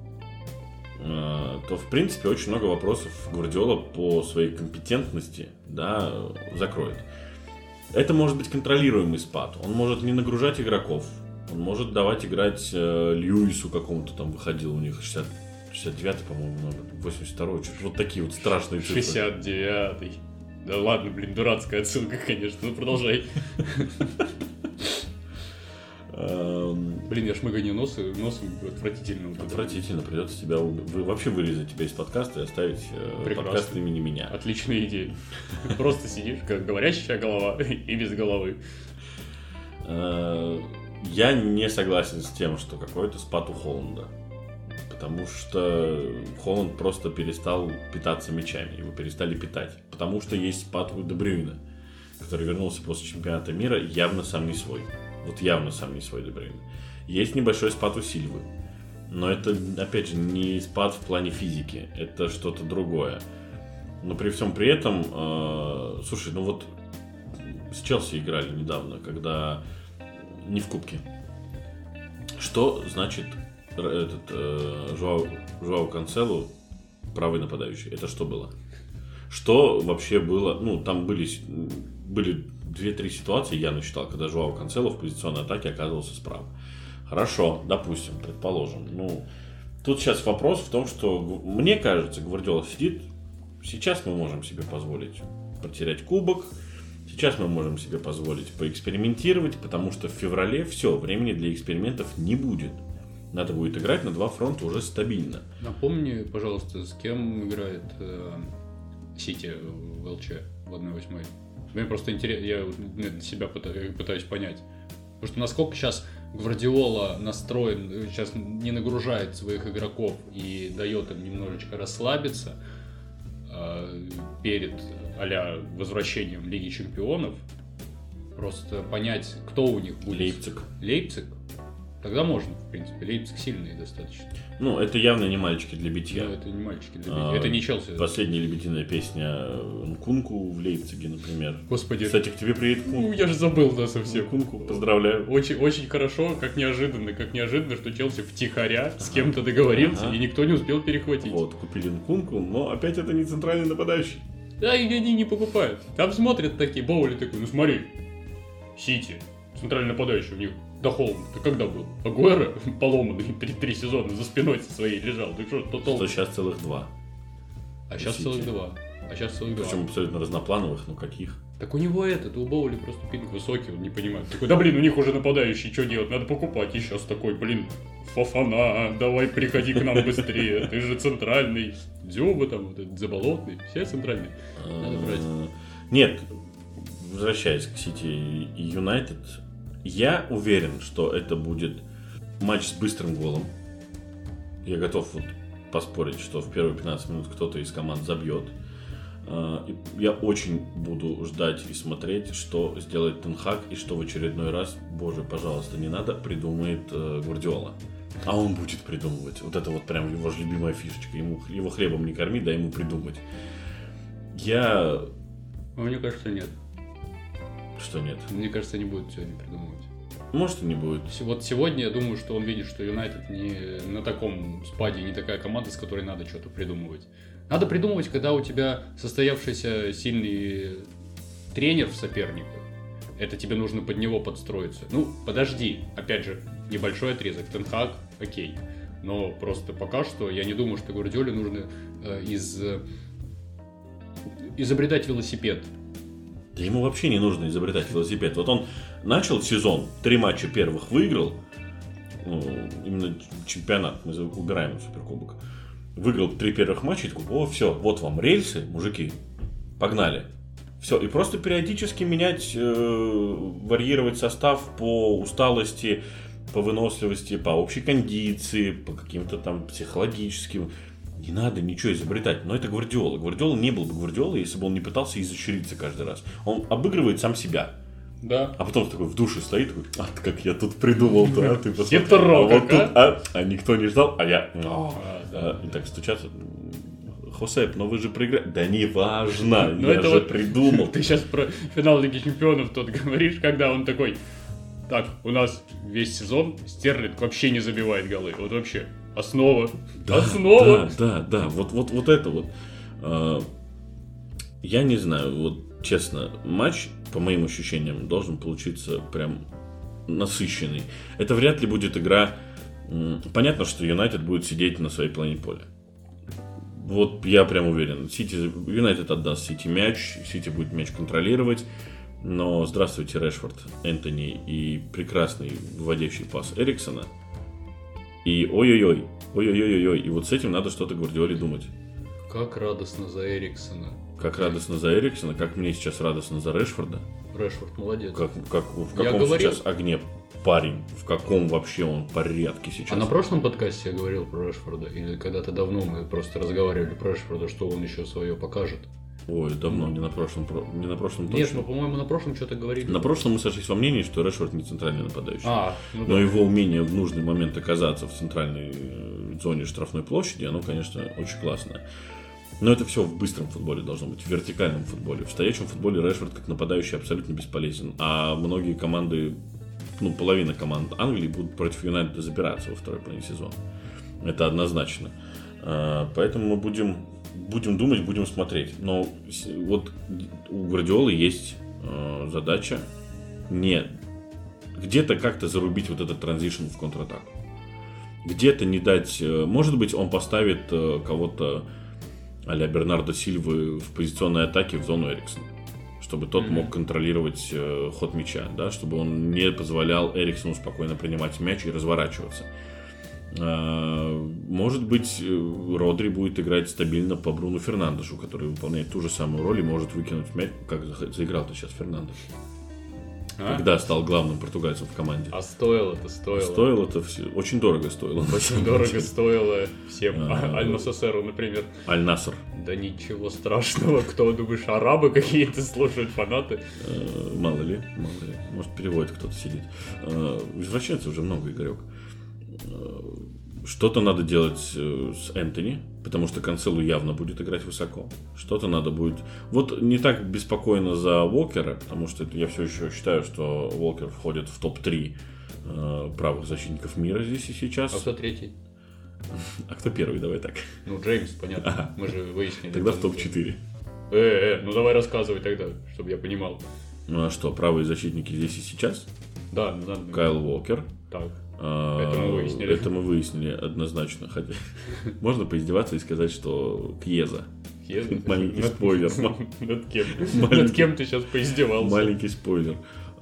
то, в принципе, очень много вопросов Гвардиола по своей компетентности, да, закроет. Это может быть контролируемый спад. Он может не нагружать игроков. Он может давать играть э, Льюису какому-то, там выходил у них шестьдесят, шестьдесят девятый, по-моему, номер, восемьдесят второй, вот такие вот страшные цифры. шестьдесят девятый. Да ладно, блин, дурацкая отсылка, конечно, ну продолжай. Блин, я шмыганью носом, носом отвратительно. Отвратительно, придется тебя вообще вырезать тебя из подкаста и оставить подкаст имени меня. Отличная идея. Просто сидишь, как говорящая голова, и без головы. Я не согласен с тем, что какой-то спад у Холланда. Потому что Холланд просто перестал питаться мячами. Его перестали питать. Потому что есть спад у Де Брюйна, который вернулся после чемпионата мира явно сам не свой. Вот явно сам не свой Де Брюйн. Есть небольшой спад у Сильвы. Но это, опять же, не спад в плане физики. Это что-то другое. Но при всем при этом... Э, слушай, ну вот с Челси играли недавно, когда... Не в кубке. Что значит этот э, Жуау, Жуау Канселу правый нападающий? Это что было? Что вообще было? Ну, там были, были две-три ситуации, я насчитал, когда Жуау Канселу в позиционной атаке оказывался справа. Хорошо, допустим, предположим. Ну, тут сейчас вопрос в том, что, мне кажется, Гвардиола сидит, сейчас мы можем себе позволить потерять кубок. Сейчас мы можем себе позволить поэкспериментировать, потому что в феврале все, времени для экспериментов не будет. Надо будет играть на два фронта уже стабильно. Напомни, пожалуйста, с кем играет э, Сити в ЛЧ в одна восьмой? Мне просто интересно, я для себя пытаюсь, пытаюсь понять. Потому что насколько сейчас Гвардиола настроен, сейчас не нагружает своих игроков и дает им немножечко расслабиться э, перед а-ля возвращением Лиги Чемпионов, просто понять, кто у них будет. Лейпциг. Лейпциг? Тогда можно, в принципе. Лейпциг сильный достаточно. Ну, это явно не мальчики для битья. Да, это не мальчики для битья. А, это не Челси. Последняя лебединая песня Нкунку в Лейпциге, например. Господи. Кстати, к тебе приедет Нкунку. Ну, я же забыл, да, совсем. Нкунку, поздравляю. Очень, очень хорошо, как неожиданно, как неожиданно, что Челси втихаря ага. с кем-то договорился, ага. и никто не успел перехватить. Вот, купили Нкунку, но опять это не центральный нападающий. Да, и они не покупают. Там смотрят такие, Боули такой, ну смотри, Сити, центральный нападающий у них. Да Холланд, ты когда был? Агуэро поломанный три, три сезона за спиной своей лежал. Ты что, то толк? Что сейчас целых два. А сейчас Сити. целых два. А сейчас целых два. Причем абсолютно разноплановых, ну каких? Так у него этот, у Боули просто пинг высокий, он не понимает. Такой, да блин, у них уже нападающий, что делать? Надо покупать. И сейчас такой, блин, Фофана, давай приходи к нам быстрее. Ты же центральный. Дзюба там, вот этот Заболотный, все центральные. Надо брать. Нет, возвращаясь к Сити и Юнайтед, Я уверен, что это будет матч с быстрым голом. Я готов вот поспорить, что в первые пятнадцать минут кто-то из команд забьет. Я очень буду ждать и смотреть, что сделает Тен Хаг и что в очередной раз, боже, пожалуйста, не надо, придумает Гвардиола. А он будет придумывать. Вот это вот прям его же любимая фишечка. Ему, его хлебом не корми, дай ему придумать. Я... Мне кажется, нет. Что нет? Мне кажется, не будет сегодня придумывать. Может и не будет. Вот сегодня я думаю, что он видит, что Юнайтед не на таком спаде, не такая команда, с которой надо что-то придумывать. Надо придумывать, когда у тебя состоявшийся сильный тренер в соперниках. Это тебе нужно под него подстроиться. Ну, подожди, опять же, небольшой отрезок. Тен Хаг, окей. Но просто пока что я не думаю, что Гвардиоле нужно э, из, э, изобретать велосипед. Да ему вообще не нужно изобретать велосипед. Вот он начал сезон, три матча первых выиграл, ну, именно чемпионат, мы убираем суперкубок. Выиграл три первых матча и такой, о, все, вот вам рельсы, мужики, погнали. Все, и просто периодически менять, э, варьировать состав по усталости, по выносливости, по общей кондиции, по каким-то там психологическим. Не надо ничего изобретать, но это Гвардиола. Гвардиола не был бы Гвардиолой, если бы он не пытался изощриться каждый раз. Он обыгрывает сам себя. Да. А потом такой в душе стоит, такой, а как я тут придумал-то, а ты посмотри. А вот тут, а, а никто не ждал, а я... И так стучаться. Хосеп, но вы же проиграли. Да не важно, я же придумал. Ты сейчас про финал Лиги Чемпионов тут говоришь, когда он такой, так, у нас весь сезон Стерлинг вообще не забивает голы. Вот вообще, основа. Да, Основа. Да, да, да, вот, вот, вот это вот. Я не знаю, вот честно, матч, по моим ощущениям, должен получиться прям насыщенный. Это вряд ли будет игра... Понятно, что Юнайтед будет сидеть на своей половине поля. Вот я прям уверен. Сити, Юнайтед отдаст Сити мяч, Сити будет мяч контролировать. Но здравствуйте, Решфорд, Энтони и прекрасный выводящий пас Эриксона. И ой-ой-ой, ой-ой-ой-ой. И вот с этим надо что-то Гвардиоле думать. Как радостно за Эриксона. Как радостно за Эриксона, как мне сейчас радостно за Решфорда. Решфорд молодец. Как, как, в каком говорил... сейчас огне парень, в каком вообще он порядке сейчас. А на прошлом подкасте я говорил про Решфорда, или когда-то давно мы просто разговаривали про Решфорда, что он еще свое покажет. Ой, давно, не на прошлом, не на прошлом точно. Нет, ну, по-моему, на прошлом что-то говорили. На прошлом мы сошлись во мнении, что Решфорд не центральный нападающий. А, ну Но да. его умение в нужный момент оказаться в центральной зоне штрафной площади, оно, конечно, очень классное. Но это все в быстром футболе должно быть, в вертикальном футболе. В стоячем футболе Решфорд как нападающий абсолютно бесполезен. А многие команды, ну, половина команд Англии будут против Юнайтеда забираться во второй половине сезона. Это однозначно. Поэтому мы будем, будем думать, будем смотреть. Но вот у Гвардиолы есть задача не где-то как-то зарубить вот этот транзишн в контратаку. Где-то не дать... Может быть, он поставит кого-то а-ля Бернардо Сильвы в позиционной атаке в зону Эриксона, чтобы тот mm-hmm. мог контролировать э, ход мяча, да, чтобы он не позволял Эриксону спокойно принимать мяч и разворачиваться. А, может быть, Родри будет играть стабильно по Бруно Фернандешу, который выполняет ту же самую роль и может выкинуть мяч. Как заиграл-то сейчас Фернандеш? А? Когда стал главным португальцем в команде. А стоило-то, стоило. Стоило-то все. Очень дорого стоило. Очень дорого стоило всем. А, Аль-Насеру, например. Аль-Насер. Да ничего страшного. Кто, думаешь, арабы какие-то слушают, фанаты? Мало ли, мало ли. Может, переводит кто-то сидит. Извращенцев уже много, Игорек. Что-то надо делать с Энтони, потому что Канцелу явно будет играть высоко. Что-то надо будет... Вот не так беспокойно за Уокера, потому что я все еще считаю, что Уокер входит в топ три э, правых защитников мира здесь и сейчас. А кто третий? А кто первый? Давай так. Ну, Джеймс, понятно. Ага. Мы же выяснили. Тогда в топ четыре. Э-э, ну давай рассказывай тогда, чтобы я понимал. Ну а что, правые защитники здесь и сейчас? Да, ну да. Кайл Уокер. Так. А, это мы выяснили. Это мы выяснили однозначно. Хотя можно поиздеваться и сказать, что Кьеза. Кьеза? Маленький спойлер. Над кем? Над кем ты сейчас поиздевался? Маленький спойлер.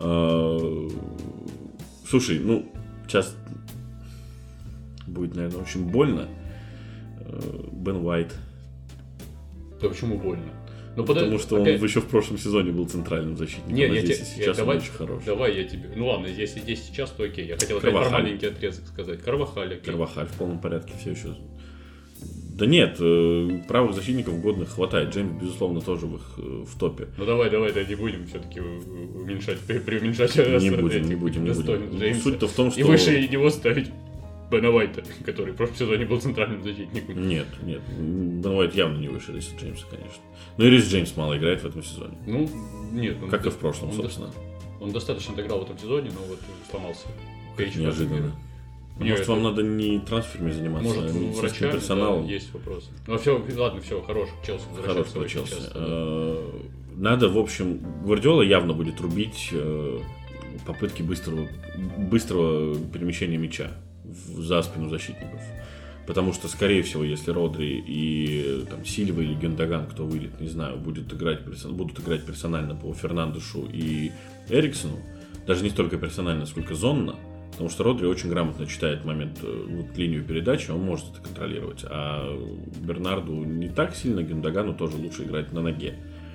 Слушай, ну, сейчас будет, наверное, очень больно. Бен Уайт. Да почему больно? Ну, потому под... что он опять... еще в прошлом сезоне был центральным защитником, Нет, а я здесь те... и сейчас я... он давай... очень хороший. Давай я тебе... Ну ладно, если здесь сейчас, то окей. Я хотел опять про маленький отрезок сказать. Карвахаль, окей. Карвахаль в полном порядке все еще... Да нет, правых защитников годных хватает. Джеймс, безусловно, тоже в их в топе. Ну давай, давай, да не будем все-таки уменьшать, преуменьшать. Не будем, не будем, не будем. Суть-то в том, что... И выше него ставить Бена Уайта, который в прошлом сезоне был центральным защитником. Нет, нет, Бен Уайт явно не выше Риса Джеймса, конечно. Но и Рис Джеймс мало играет в этом сезоне. Ну, нет. Он как и в прошлом, он собственно. До... Он достаточно отыграл в этом сезоне, но вот сломался. Неожиданно. Мне Может, это... вам надо не трансферами заниматься, может, а медицинским персоналом? Да, есть вопросы. Ну, все, ладно, все, хорош, Челси возвращается. Хорош Челси. Часто, да. Надо, в общем, Гвардиола явно будет рубить попытки быстрого, быстрого перемещения мяча за спину защитников. Потому что, скорее всего, если Родри и там, Сильва или Гюндоган, кто выйдет, не знаю, будет играть, будут играть персонально по Фернандешу и Эриксону, даже не столько персонально, сколько зонно, потому что Родри очень грамотно читает момент, вот, линию передачи, он может это контролировать. А Бернарду не так сильно, Гюндогану тоже лучше играть на ноге.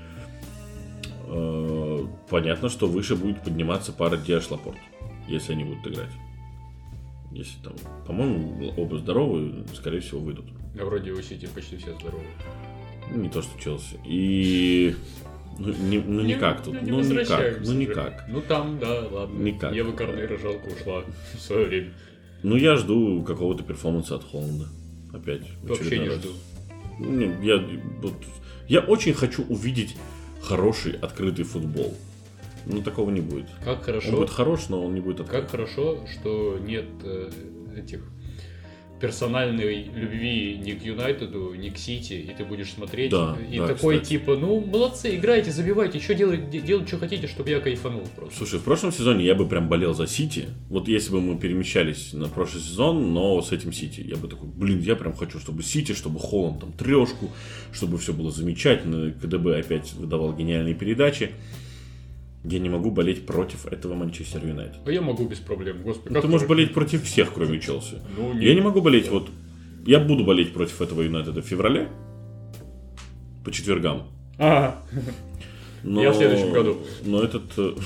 Понятно, что выше будет подниматься пара Диаш Лапорт, если они будут играть. Если там, по-моему, оба здоровые, скорее всего, выйдут. А вроде у Сити почти все здоровые. Не то, что Челси. И... Ну, не, ну не, никак тут. Не ну никак. Ну уже. никак. Ну там, да, ладно. Никак. Ева Корнера жалко ушла в свое время. Ну я жду какого-то перформанса от Холланда. Опять. Вообще не раз. жду. Не, я, вот, я очень хочу увидеть хороший открытый футбол. Но такого не будет. Как хорошо. Он будет хорош, но он не будет открыт. Как хорошо, что нет э, этих персональной любви ни к Юнайтеду, ни к Сити, и ты будешь смотреть, да, и да, такой кстати. типа, ну, молодцы, играйте, забивайте, что делать, делать, что хотите, чтобы я кайфанул просто. Слушай, в прошлом сезоне я бы прям болел за Сити. Вот если бы мы перемещались на прошлый сезон, но с этим Сити, я бы такой, блин, я прям хочу, чтобы Сити, чтобы Холланд там трешку, чтобы все было замечательно, КДБ опять выдавал гениальные передачи. Я не могу болеть против этого Манчестер Юнайтед. А я могу без проблем, господи. Ну, ты можешь болеть против всех, кроме Челси. Ну, не... Я не могу болеть, вот... Я буду болеть против этого Юнайтеда в феврале. По четвергам. Ага. Но... Я в следующем году. Но этот...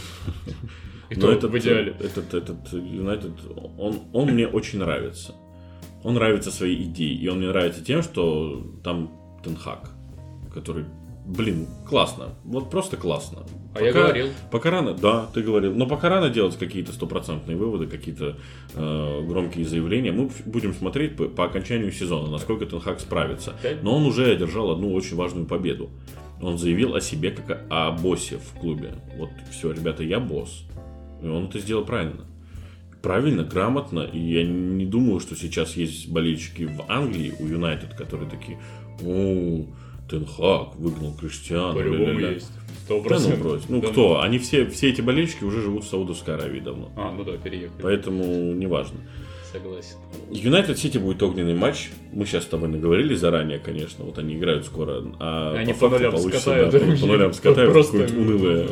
И но то этот, в идеале. Этот, этот Юнайтед, он, он мне очень нравится. Он нравится своей идеей. И он мне нравится тем, что там Тен Хаг, который... Блин, классно. Вот просто классно. А пока, я говорил. Пока рано, да, ты говорил. Но пока рано делать какие-то стопроцентные выводы, какие-то э, громкие заявления. Мы будем смотреть по, по окончанию сезона, насколько Тен Хаг справится. Но он уже одержал одну очень важную победу. Он заявил о себе как о боссе в клубе. Вот все, ребята, я босс. И он это сделал правильно. Правильно, грамотно. И я не думаю, что сейчас есть болельщики в Англии у Юнайтед, которые такие: о, Тен Хаг выгнал Криштиану. По-любому есть. сто процентов. Да, ну, брось. Ну, да, кто? Ну. Они все, все эти болельщики уже живут в Саудовской Аравии давно. А, ну да, переехали. Поэтому неважно. Согласен. Юнайтед Сити будет огненный матч. Мы сейчас с тобой наговорили заранее, конечно. Вот они играют скоро. А они по, по нулям скатают. Да, по, по нулям скатают. Просто унылое.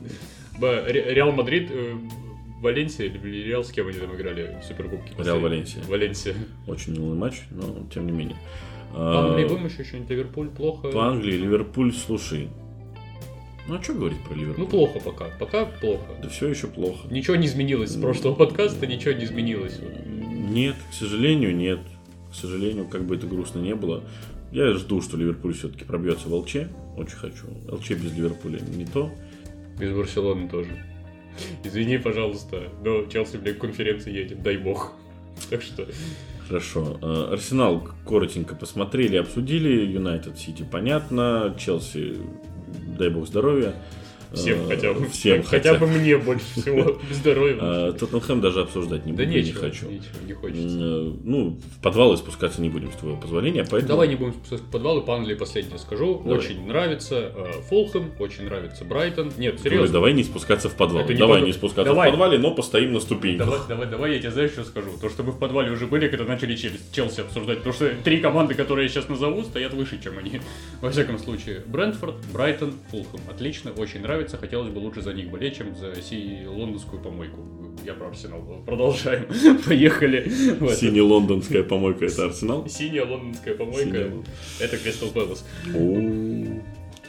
Реал Мадрид, Валенсия или Реал, с кем они там играли в Суперкубке? Реал Валенсия. Валенсия. Очень унылый матч, но тем не менее. По Англии будем еще что-нибудь? Ливерпуль плохо? По Англии Ливерпуль, слушай. Ну а что говорить про Ливерпуль? Ну плохо пока, пока плохо. Да все еще плохо. Ничего не изменилось с прошлого подкаста, ничего не изменилось. Нет, к сожалению, нет. К сожалению, как бы это грустно не было. Я жду, что Ливерпуль все-таки пробьется в ЛЧ. Очень хочу. ЛЧ без Ливерпуля не то. Без Барселоны тоже. Извини, пожалуйста, но Челси, блядь, к конференции едет, дай бог. Так что... Хорошо. Арсенал коротенько посмотрели, обсудили. Юнайтед Сити понятно. Челси, дай бог здоровья. Всем хотя бы. Всем хотя, хотя бы мне больше всего здоровья. Тоттенхэм даже обсуждать не буду, да не нечего, хочу. Нечего, не хочется. Ну, в подвалы спускаться не будем, с твоего позволения. Поэтому... Давай не будем спускаться в подвалы, по Англии последнее скажу. Давай. Очень нравится Фулхэм, очень нравится Брайтон. Нет, Говорю, серьезно. давай не спускаться в подвал. Не давай под... не спускаться давай. в подвале, но постоим на ступеньках. Давай, давай, давай, я тебе знаешь, что скажу. То, что мы в подвале уже были, когда начали Челси обсуждать. Потому что три команды, которые я сейчас назову, стоят выше, чем они. Во всяком случае, Брентфорд, Брайтон, Фулхэм. Отлично, очень нравится. Хотелось бы лучше за них болеть, чем за синюю лондонскую помойку. Я про Арсенал. Продолжаем. Поехали. Синяя лондонская помойка — это Арсенал? Синяя лондонская помойка — это Кристал Пэлас.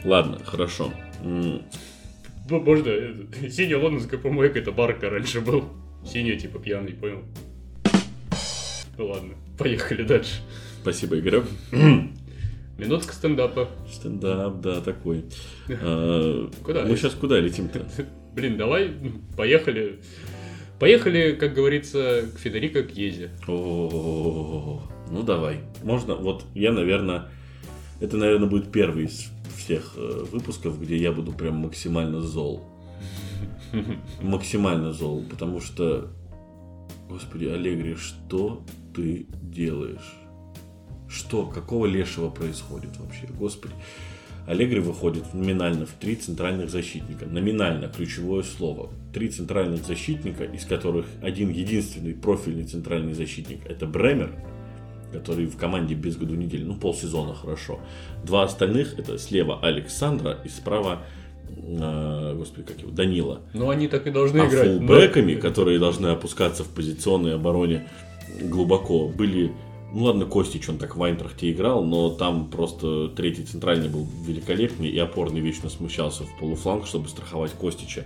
Ладно, хорошо. Можно, синяя лондонская помойка, это барка раньше был. Синяя, типа пьяный, понял? Ну ладно, поехали дальше. Спасибо, Игорек. Минутка стендапа. Стендап, да, такой. а, Куда? Мы сейчас куда летим-то? Блин, давай, поехали. Поехали, как говорится, к Федерико Кьезе. О, ну давай. Можно, вот я, наверное, это, наверное, будет первый из всех э, выпусков, где я буду прям максимально зол. Максимально зол, потому что, господи, Аллегри, что ты делаешь? Что, какого лешего происходит вообще? Господи. Аллегри выходит номинально в три центральных защитника. Номинально, ключевое слово. Три центральных защитника, из которых один единственный профильный центральный защитник – это Бремер, который в команде без году недели, ну полсезона хорошо. Два остальных – это слева Александра и справа, э, господи, как его, Данила. Ну они так и должны а играть. фулбэками, но... которые должны опускаться в позиционной обороне глубоко, были... Ну ладно, Костич, он так в Айнтрахте играл, но там просто третий центральный был великолепный, и опорный вечно смущался в полуфланг, чтобы страховать Костича.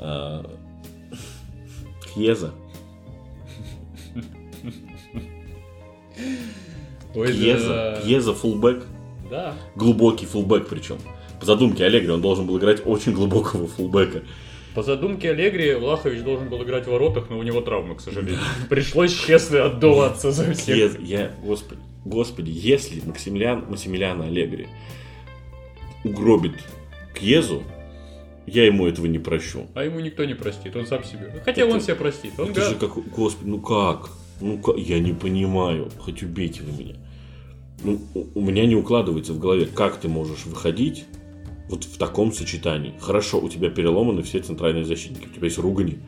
Кьеза. Кьеза. Кьеза фулбэк. Да. Глубокий фулбэк причем. По задумке Аллегри он должен был играть очень глубокого фулбэка. По задумке Аллегри Влахович должен был играть в воротах, но у него травма, к сожалению. Пришлось честно отдуваться за всех. Я, господи, господи, если Максимилиан, Максимилиано Аллегри угробит Кьезу, я ему этого не прощу. А ему никто не простит, он сам себе. Хотя это, он себя простит. Он это гад. же как, господи, ну как? Ну как? Я не понимаю. Хоть убейте вы меня. Ну, у меня не укладывается в голове, как ты можешь выходить вот в таком сочетании. Хорошо, у тебя переломаны все центральные защитники, у тебя есть Ругани.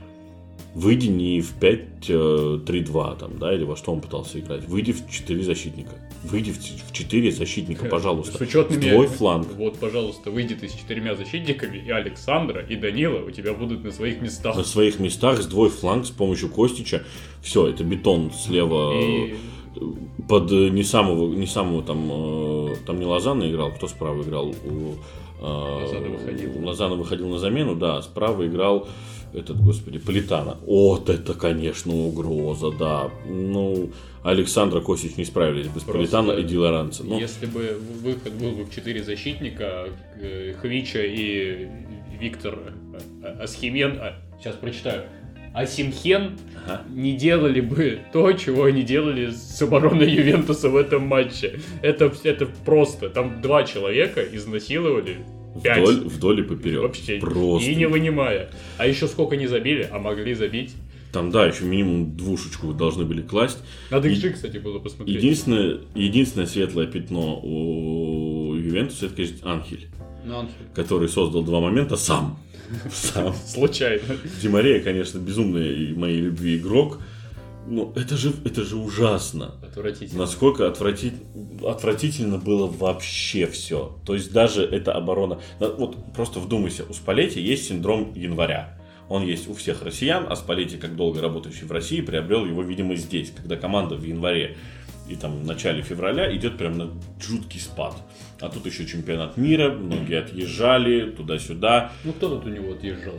Выйди не в пять три два, там, да, или во что он пытался играть. Выйди в четыре защитника. Выйди в четыре защитника, пожалуйста. С учетными... В твой фланг. Вот, пожалуйста, выйди ты с четырьмя защитниками, и Александра, и Данила у тебя будут на своих местах. На своих местах, с двой фланг, с помощью Костича. Все, это бетон слева... И... Под не самого, не самого там, там не Лозанна играл, кто справа играл? У, Лозанна выходил. Лозанна выходил на замену, да, справа играл этот, господи, Политано. Вот это, конечно, угроза, да. Ну, Александра, Костич не справились без Просто Политано и Ди Лоренцо. Ну, если бы выход был бы в четыре защитника, Хвича и Виктор Асхимен, а, сейчас прочитаю, Асимхен ага. не делали бы то, чего они делали с обороной Ювентуса в этом матче. Это, это просто. Там два человека изнасиловали пять. Вдоль, вдоль и поперек. Вообще. Просто. И не вынимая. А еще сколько не забили, а могли забить. Там, да, еще минимум двушечку должны были класть. Надо их же, кстати, было посмотреть. Единственное, единственное светлое пятно у Ювентуса, это, конечно, Анхель. Ну, Анхель. Который создал два момента сам. Сам. Случайно. Ди Мария, конечно, безумный моей любви игрок. Но это же, это же ужасно. Отвратительно. Насколько отврати... отвратительно было вообще все. То есть даже эта оборона... Вот просто вдумайся, у Спалетти есть синдром января. Он есть у всех россиян, а Спалетти, как долго работающий в России, приобрел его, видимо, здесь. Когда команда в январе и там в начале февраля идет прям на жуткий спад. А тут еще чемпионат мира, многие отъезжали туда-сюда. Ну кто тут у него отъезжал?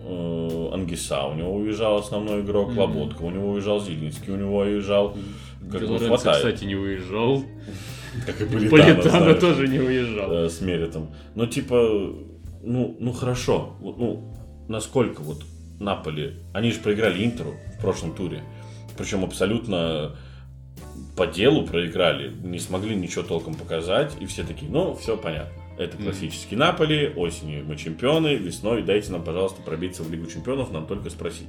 Ангиса, у него уезжал основной игрок, mm-hmm. Лоботка, у него уезжал Зелинский, у него уезжал... Ди Лоренцо, кстати, не уезжал. Как и Политано, Политано тоже не уезжал. Да, с Меритом. Ну, типа, ну, ну хорошо. Ну, насколько вот Наполи... Они же проиграли Интеру в прошлом туре. Причем абсолютно... по делу проиграли, не смогли ничего толком показать, и все такие, ну, все понятно. Это классический mm. Наполи, осенью мы чемпионы, весной дайте нам, пожалуйста, пробиться в Лигу чемпионов, нам только спросить.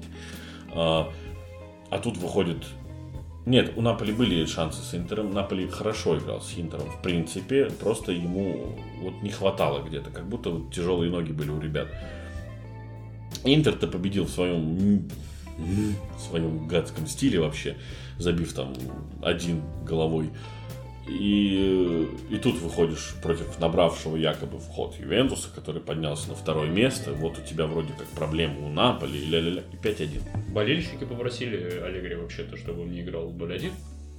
А, а тут выходит... Нет, у Наполи были шансы с Интером, Наполи хорошо играл с Интером, в принципе, просто ему вот не хватало где-то, как будто вот тяжелые ноги были у ребят. Интер-то победил в своем... в своем гадском стиле вообще, забив там один головой. И, и тут выходишь против набравшего якобы вход Ювентуса, который поднялся на второе место. Вот у тебя вроде как проблемы у Наполи, и ля-ля-ля, и пять один. Болельщики попросили Аллегри вообще-то, чтобы он не играл ноль один.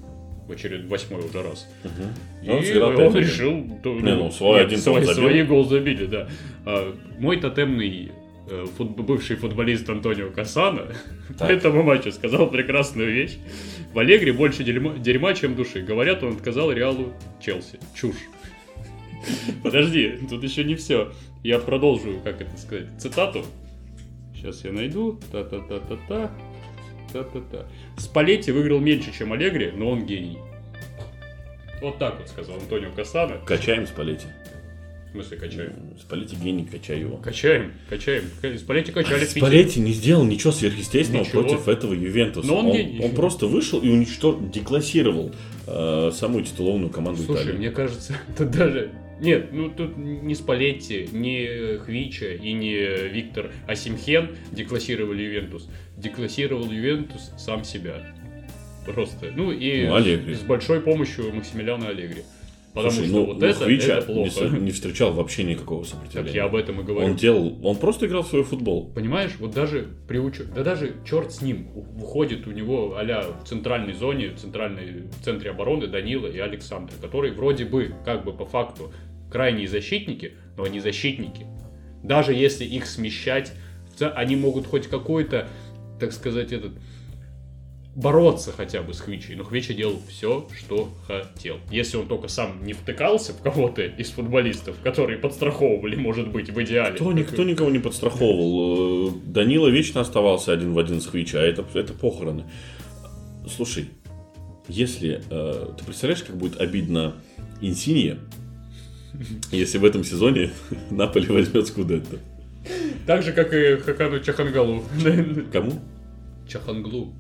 в очередной восьмой уже раз. Угу. И он, он решил... То, Не, ну, свой один свой, забил. Свои гол забили, да. А, мой тотемный э, фут, бывший футболист Антонио Кассано по этому матчу сказал прекрасную вещь. В Аллегри больше дерьма, дерьма, чем души. Говорят, он отказал Реалу Челси. Чушь. Подожди, тут еще не все. Я продолжу, как это сказать, цитату. Сейчас я найду. Та-та-та-та-та. Та-та-та. Спалетти выиграл меньше, чем Аллегри, но он гений. Вот так вот сказал Антонио Кассано. Качаем Спалетти. В смысле качаем? Спалетти гений, качай его. Качаем, качаем. Спалетти качали в Питере. Спалетти не сделал ничего сверхъестественного ничего. против этого Ювентуса. Но он, он, гений. он просто вышел и уничтожил, деклассировал э, самую титулованную команду Слушай, Италии. мне кажется, тут даже... Нет, ну тут не Спалетти, не Хвича и не Виктор Осимхен деклассировали Ювентус. Деклассировал Ювентус сам себя. Просто. Ну и ну, с, с большой помощью Максимилиана Аллегри. Потому Слушай, что ну, вот ну, это, Хвича это плохо. Не, не встречал вообще никакого сопротивления. Так я об этом и говорю. Он делал, он просто играл в свой футбол. Понимаешь, вот даже при учете, да даже черт с ним, выходит у него а-ля в центральной зоне, в, центральной, в центре обороны Данила и Александр, которые вроде бы, как бы по факту, крайние защитники, но они защитники. Даже если их смещать, они могут хоть какой-то, так сказать, этот... бороться хотя бы с Хвичей, но Хвича делал все, что хотел. Если он только сам не втыкался в кого-то из футболистов, которые подстраховывали, может быть, в идеале. Кто, никто никого не подстраховывал. Данила вечно оставался один в один с Хвича, а это, это похороны. Слушай, если... Э, ты представляешь, как будет обидно Инсинье, если в этом сезоне Наполи возьмет Скудетто? Так же, как и Хакану Чахангалу. Кому? Чаханглу.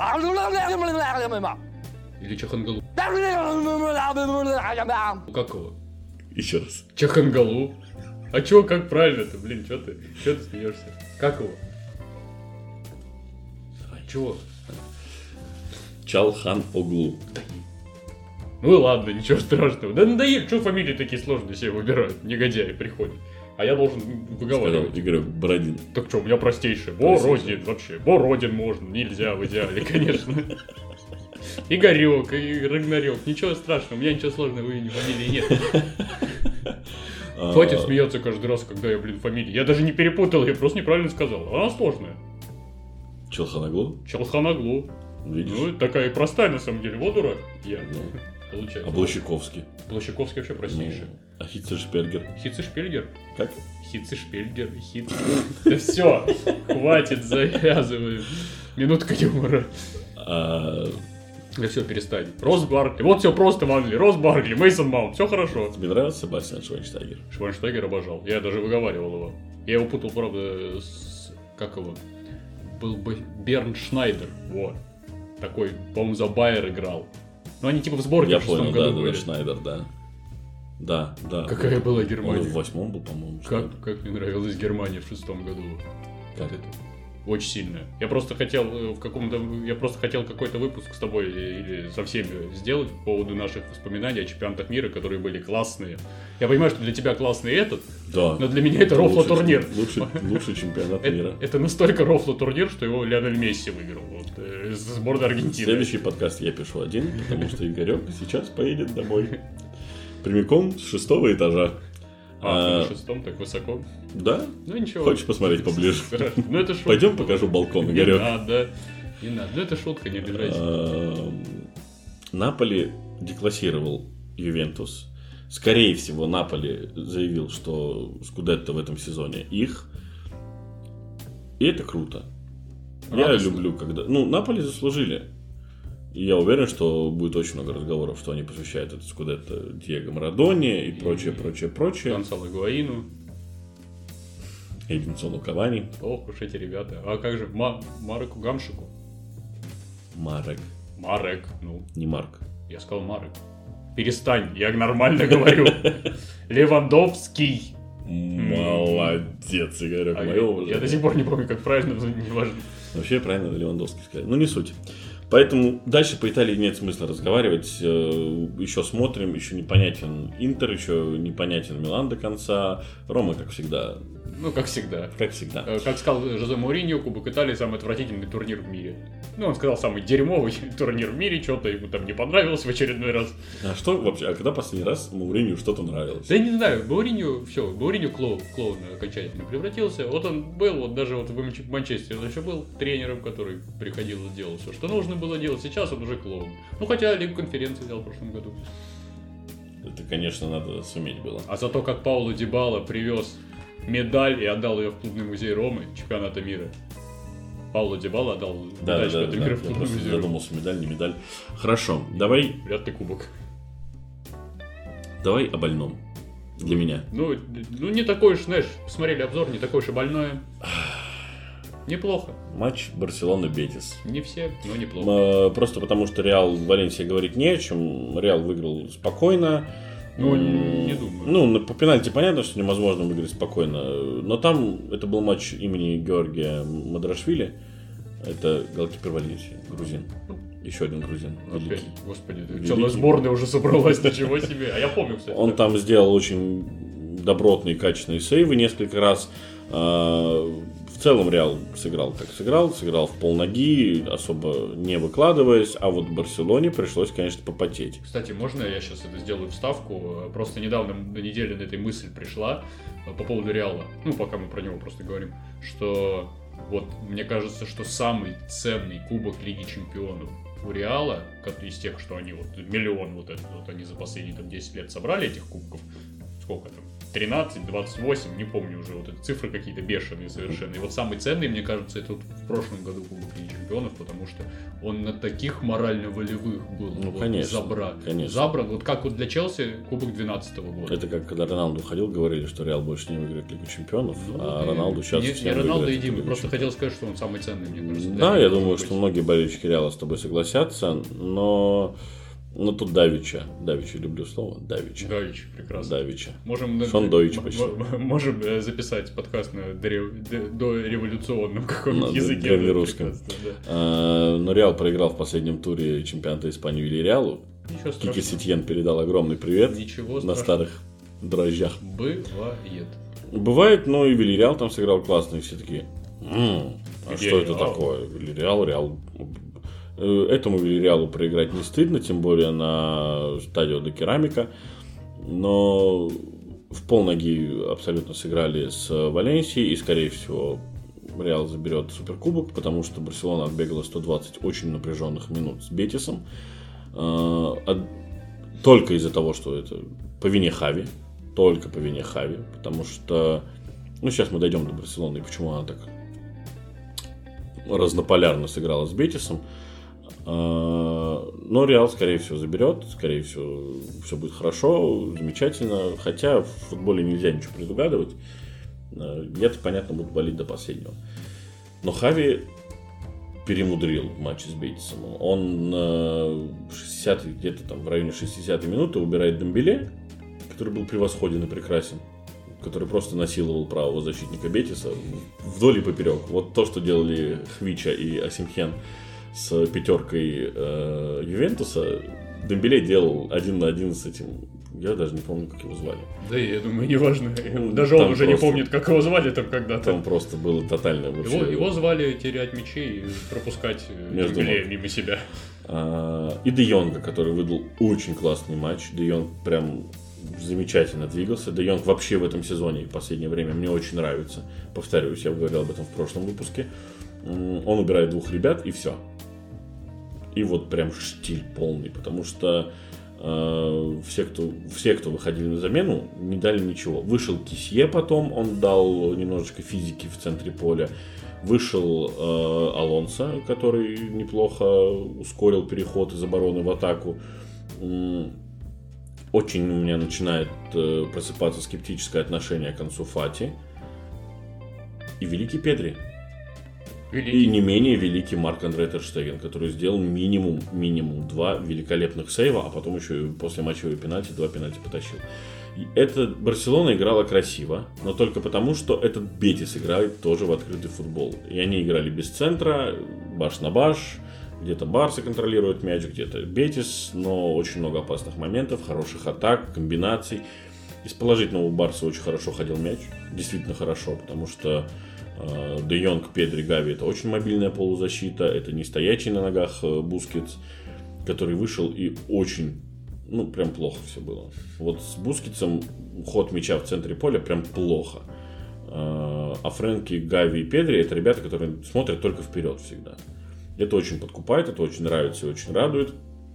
Или Чахангалу. Как его? Еще раз. Чахангалу. А чё, как правильно-то? Блин, чё ты? Чё ты смеешься? Как его? Чего? Чалхан Оглу. Ну ладно, ничего страшного. Да надоели, что фамилии такие сложные себе выбирают? Негодяи приходят. А я должен выговаривать. Игорек Бородин. Так что, у меня простейшее. Бородин вообще. Бородин можно. Нельзя в идеале, конечно. Игорек, и Рагнарёк. Ничего страшного. У меня ничего сложного в имени фамилии нет. Хватит смеяться каждый раз, когда я, блин, фамилии. Я даже не перепутал, я просто неправильно сказал. Она сложная. Челханоглу? Челханоглу. Видишь? Ну, простая и простая на самом деле. Вот дурак. Я. Получается. А Блащиковский? Блащиковский вообще простейший. Ну, а Хитцершпергер? Хитцершпельгер? Как? Хитцершпельгер. Хит... Да все, хватит, завязываем. Минутка юмора. А... Да все, перестань. Рос Баркли. Вот все просто в Англии. Рос Баркли, Мейсон Маунт. Все хорошо. Тебе нравится Себастьян Швайнштайгер? Швайнштайгер обожал. Я даже выговаривал его. Я его путал, правда, с... Как его? Был бы Берн Шнайдер. Вот. Такой, по-моему, за Байер играл. Ну, они типа в сборке Я в шестом понял, году да, были. да, Шнайдер, да. Да, да. Какая вот. была Германия? Он в восьмом был, по-моему. Как, как мне нравилась Германия в шестом году. Как? Вот это. Очень сильная. Я просто хотел в каком-то, я просто хотел какой-то выпуск с тобой или со всеми сделать по поводу наших воспоминаний о чемпионатах мира, которые были классные. Я понимаю, что для тебя классный этот, да. но для меня это рофло-турнир. Лучший, лучший чемпионат мира. Это, это настолько рофло-турнир, что его Лионель Месси выиграл. Вот, э, сборная Аргентины. Следующий подкаст я пишу один, потому что Игорек сейчас поедет домой. Прямиком с шестого этажа. А, а на шестом так высоко? Да. Ну ничего. Хочешь посмотреть поближе? Ну это шутка. Пойдем покажу балкон, Не Игорек. надо, не надо. Ну это шутка, не обижайся. Наполи деклассировал Ювентус. Скорее всего, Наполи заявил, что Скудетто в этом сезоне их. И это круто. Я люблю, когда... Ну, Наполи заслужили. И я уверен, что будет очень много разговоров, что они посвящают это Скудетто Диего Марадоне и прочее, прочее, прочее. Гонсало Гуаину. Эдинсону Кавани. Ох уж эти ребята. А как же Ма- Мареку Гамшику? Марек. Марек, ну. Не Марк. Я сказал Марек. Перестань, я нормально говорю. Левандовский. Молодец, Игорек. А Мое я, уважение. я до сих пор не помню, как правильно, но не важно. Вообще правильно Левандовский сказать. Ну, не суть. Поэтому дальше по Италии нет смысла разговаривать. Еще смотрим, еще непонятен Интер, еще непонятен Милан до конца. Рома, как всегда, Ну, как всегда. Как всегда. Как сказал Жозе Мауриньо, Кубок Италии самый отвратительный турнир в мире. Ну, он сказал, самый дерьмовый турнир в мире, что-то ему там не понравилось в очередной раз. А что вообще, а когда последний раз Мауриньо что-то нравилось? Да я не знаю, Мауриньо, все, Мауриньо клоун, клоун окончательно превратился. Вот он был, вот даже вот в Манчестере он еще был тренером, который приходил и делал все, что нужно было делать. Сейчас он уже клоун. Ну, хотя Лигу конференции взял в прошлом году. Это, конечно, надо суметь было. А за то, как Пауло Дибала привез медаль и отдал ее в клубный музей Ромы, чемпионата мира. Пауло Дибала отдал да, медаль да, чемпионата да, мира да, в клубный музей Ромы. Задумался, медаль, не медаль. Хорошо, давай... Вряд ли кубок. Давай о больном. Для меня. Ну, ну, не такой уж, знаешь, посмотрели обзор, не такой уж и больное. Неплохо. Матч Барселона-Бетис. Не все, но неплохо. Просто потому, что Реал в Валенсии говорить не о чем. Реал выиграл спокойно. Ну, не, не думаю. Ну, по пенальти понятно, что невозможно выиграть спокойно. Но там это был матч имени Георгия Мадрашвили. Это голкипер Валенсии, грузин. Еще один грузин. Опять, великий. господи, Великий. что, у нас сборная уже собралась, ничего себе. А я помню, кстати. Он там сделал очень добротные, качественные сейвы несколько раз. В целом Реал сыграл как сыграл, сыграл в полноги, особо не выкладываясь, а вот Барселоне пришлось, конечно, попотеть. Кстати, можно я сейчас это сделаю вставку? Просто недавно на неделе на этой мысль пришла по поводу Реала, ну, пока мы про него просто говорим, что вот мне кажется, что самый ценный кубок Лиги Чемпионов у Реала, из тех, что они вот миллион вот этот, вот они за последние там десять лет собрали этих кубков, сколько там? тринадцать, двадцать восемь, не помню уже, вот эти цифры какие-то бешеные совершенно. И вот самый ценный, мне кажется, это вот в прошлом году Кубок Лиги Чемпионов, потому что он на таких морально-волевых был. Ну, вот, конечно, забран. конечно. Забран, вот как вот для Челси Кубок двенадцатого года. Это как когда Роналду ходил, говорили, что Реал больше не выиграет Лигу Чемпионов, Ну, а Роналду сейчас не, всем не Роналду и выиграет Дима, Лигу просто Чемпионов. хотел сказать, что он самый ценный, мне кажется. Да, я думаю, быть. что многие болельщики Реала с тобой согласятся, но... Ну, тут Давича. Давича, люблю слово. Давича. Давич, прекрасно. Давича. Можем, Шондович м- почти. м- можем э, записать подкаст на дореволюционном каком-нибудь На языке. древнерусском. Прекрасно, да. А, но Реал проиграл в последнем туре чемпионата Испании Вильяреалу. Ничего Кики страшного. Сетьен передал огромный привет Ничего на страшного. старых дрожжах. Бывает. Бывает, но и Вильяреал там сыграл классно, и все такие, «М, а Где что это Реал? такое? Вильяреал, Реал. Э, Этому Вильяреалу проиграть не стыдно, тем более на стадио до Керамика. Но в полноги абсолютно сыграли с Валенсией, и, скорее всего, Реал заберет Суперкубок, потому что Барселона отбегала сто двадцать очень напряженных минут с Бетисом. Э, от- Только из-за того, что это по вине Хави. Только по вине Хави. Потому что... Ну, сейчас мы дойдем до Барселоны, и почему она так разнополярно сыграла с Бетисом. Но Реал, скорее всего, заберет. Скорее всего, все будет хорошо, замечательно. Хотя в футболе нельзя ничего предугадывать. Я-то, понятно, буду болеть до последнего. Но Хави перемудрил в матче с Бетисом. Он на шестидесятой, где-то там в районе шестидесятой минуты убирает Дембеле, который был превосходен и прекрасен, который просто насиловал правого защитника Бетиса вдоль и поперек. Вот то, что делали Хвича и Асимхен с пятеркой э, Ювентуса, Дембеле делал один на один с этим. Я даже не помню, как его звали. Да, я думаю, неважно. Ну, Даже он там уже просто- не помнит, как его звали там когда-то. Там просто было тотальное вообще... Его, его звали терять мячи и пропускать э, Между Дембеле ног. мимо себя. А, и Де Йонга, который выдал очень классный матч. Де Йонг прям замечательно двигался. Де Йонг вообще в этом сезоне и в последнее время мне очень нравится. Повторюсь, я говорил об этом в прошлом выпуске. М, Он убирает двух ребят и все. И вот прям штиль полный, потому что э, все, кто, все, кто выходили на замену, не дали ничего. Вышел Кисье потом, он дал немножечко физики в центре поля. Вышел э, Алонсо, который неплохо ускорил переход из обороны в атаку. М, Очень у меня начинает э, просыпаться скептическое отношение к Ансу Фати. И великий Педри. И Великий. не менее великий Марк-Андре Тер Штеген, который сделал минимум, минимум два великолепных сейва, а потом еще и после матчевой пенальти два пенальти потащил. И эта Барселона играла красиво, но только потому, что этот Бетис играет тоже в открытый футбол. И они играли без центра, баш на баш, где-то Барса контролирует мяч, где-то Бетис, но очень много опасных моментов, хороших атак, комбинаций. Из положительного у Барса очень хорошо ходил мяч. Действительно хорошо, потому что э, Де Йонг, Педри, Гави — это очень мобильная полузащита. Это не стоячий на ногах э, Бускетс, который вышел и очень, ну, прям плохо все было. Вот с Бускетсом ход мяча в центре поля прям плохо. Э, а Фрэнки, Гави и Педри — это ребята, которые смотрят только вперед всегда. Это очень подкупает, это очень нравится и очень радует.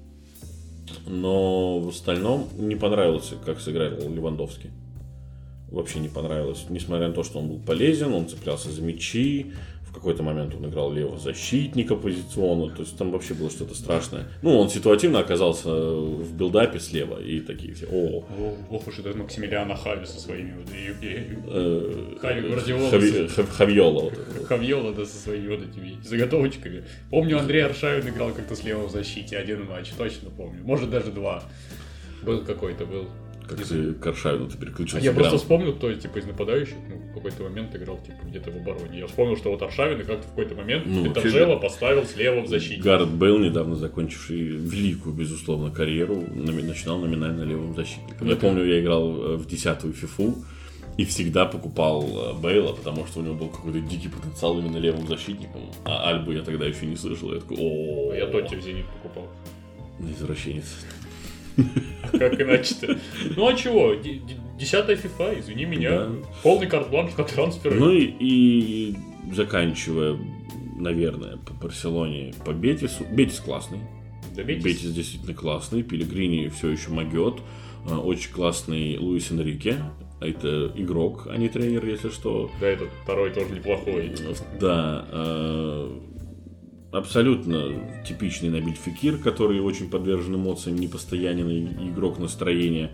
Но в остальном не понравилось, как сыграл Левандовский. Вообще не понравилось. Несмотря на то, что он был полезен, он цеплялся за мячи. В какой-то момент он играл левого защитника позиционно. То есть там вообще было что-то страшное. Ну, он ситуативно оказался в билдапе слева. И такие все: о, ох уж это Максимилиано Хави со своими вот Хави Гвардиола. Хавьола. Хавьола, да, со своими вот этими заготовочками. Помню, Андрей Аршавин играл как-то слева в защите. Один матч, точно помню. Может, даже два. Был какой-то, был. Как ты к Аршавину ты переключился? Я просто вспомнил, кто типа из нападающих, ну, в какой-то момент играл типа где-то в обороне. Я вспомнил, что вот Аршавин как-то в какой-то момент ну, Петанжело поставил слева в защите. Гаррет Бейл, недавно закончивший великую, безусловно, карьеру, начинал номинально левым защитником. Я помню, я играл в десятую фифу и всегда покупал Бейла, потому что у него был какой-то дикий потенциал именно левым защитником. А Альбу я тогда еще не слышал. Я такой: о. А я Тотти в Зенит покупал. Извращенец. Как иначе-то? Ну а чего? Десятая фифа, извини меня. Да. Полный карт-бланш на трансферы. Ну и, и заканчивая, наверное, по Барселоне, по Бетису. Бетис классный. Да, Бетис. Бетис действительно классный. Пелегрини все еще могет. Очень классный Луис Энрике. Это игрок, а не тренер, если что. Да, этот второй тоже неплохой. Да. Абсолютно типичный Набиль Фекир, который очень подвержен эмоциям, непостоянный игрок настроения.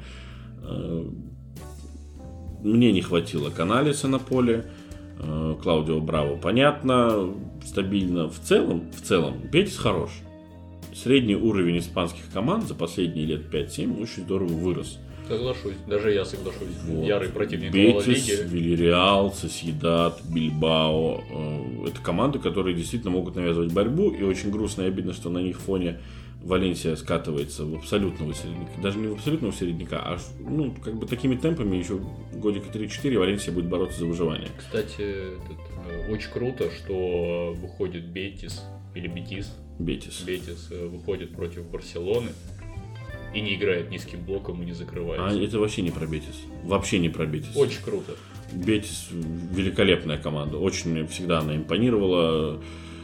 Мне не хватило Каналеса на поле. Клаудио Браво, понятно, стабильно. В целом, в целом, Бетис хорош. Средний уровень испанских команд за последние лет пять-семь очень здорово вырос. Соглашусь, даже я соглашусь. Вот. Ярый противник Бетис, Вильяреал, Сосьедад, Бильбао. Это команды, которые действительно могут навязывать борьбу. И очень грустно и обидно, что на них фоне Валенсия скатывается в абсолютного середняка. Даже не в абсолютного середняка, а ну, как бы такими темпами еще годика три-четыре Валенсия будет бороться за выживание. Кстати, это, очень круто, что выходит Бетис или Бетис. Бетис. Бетис выходит против Барселоны. И не играет низким блоком и не закрывается. А это вообще не про Бетис. Вообще не про Бетис. Очень круто. Бетис великолепная команда. Очень мне всегда она импонировала.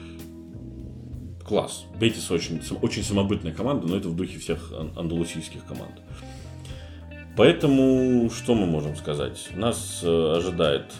Класс. Бетис очень, очень самобытная команда, но это в духе всех андалусийских команд. Поэтому что мы можем сказать? Нас ожидает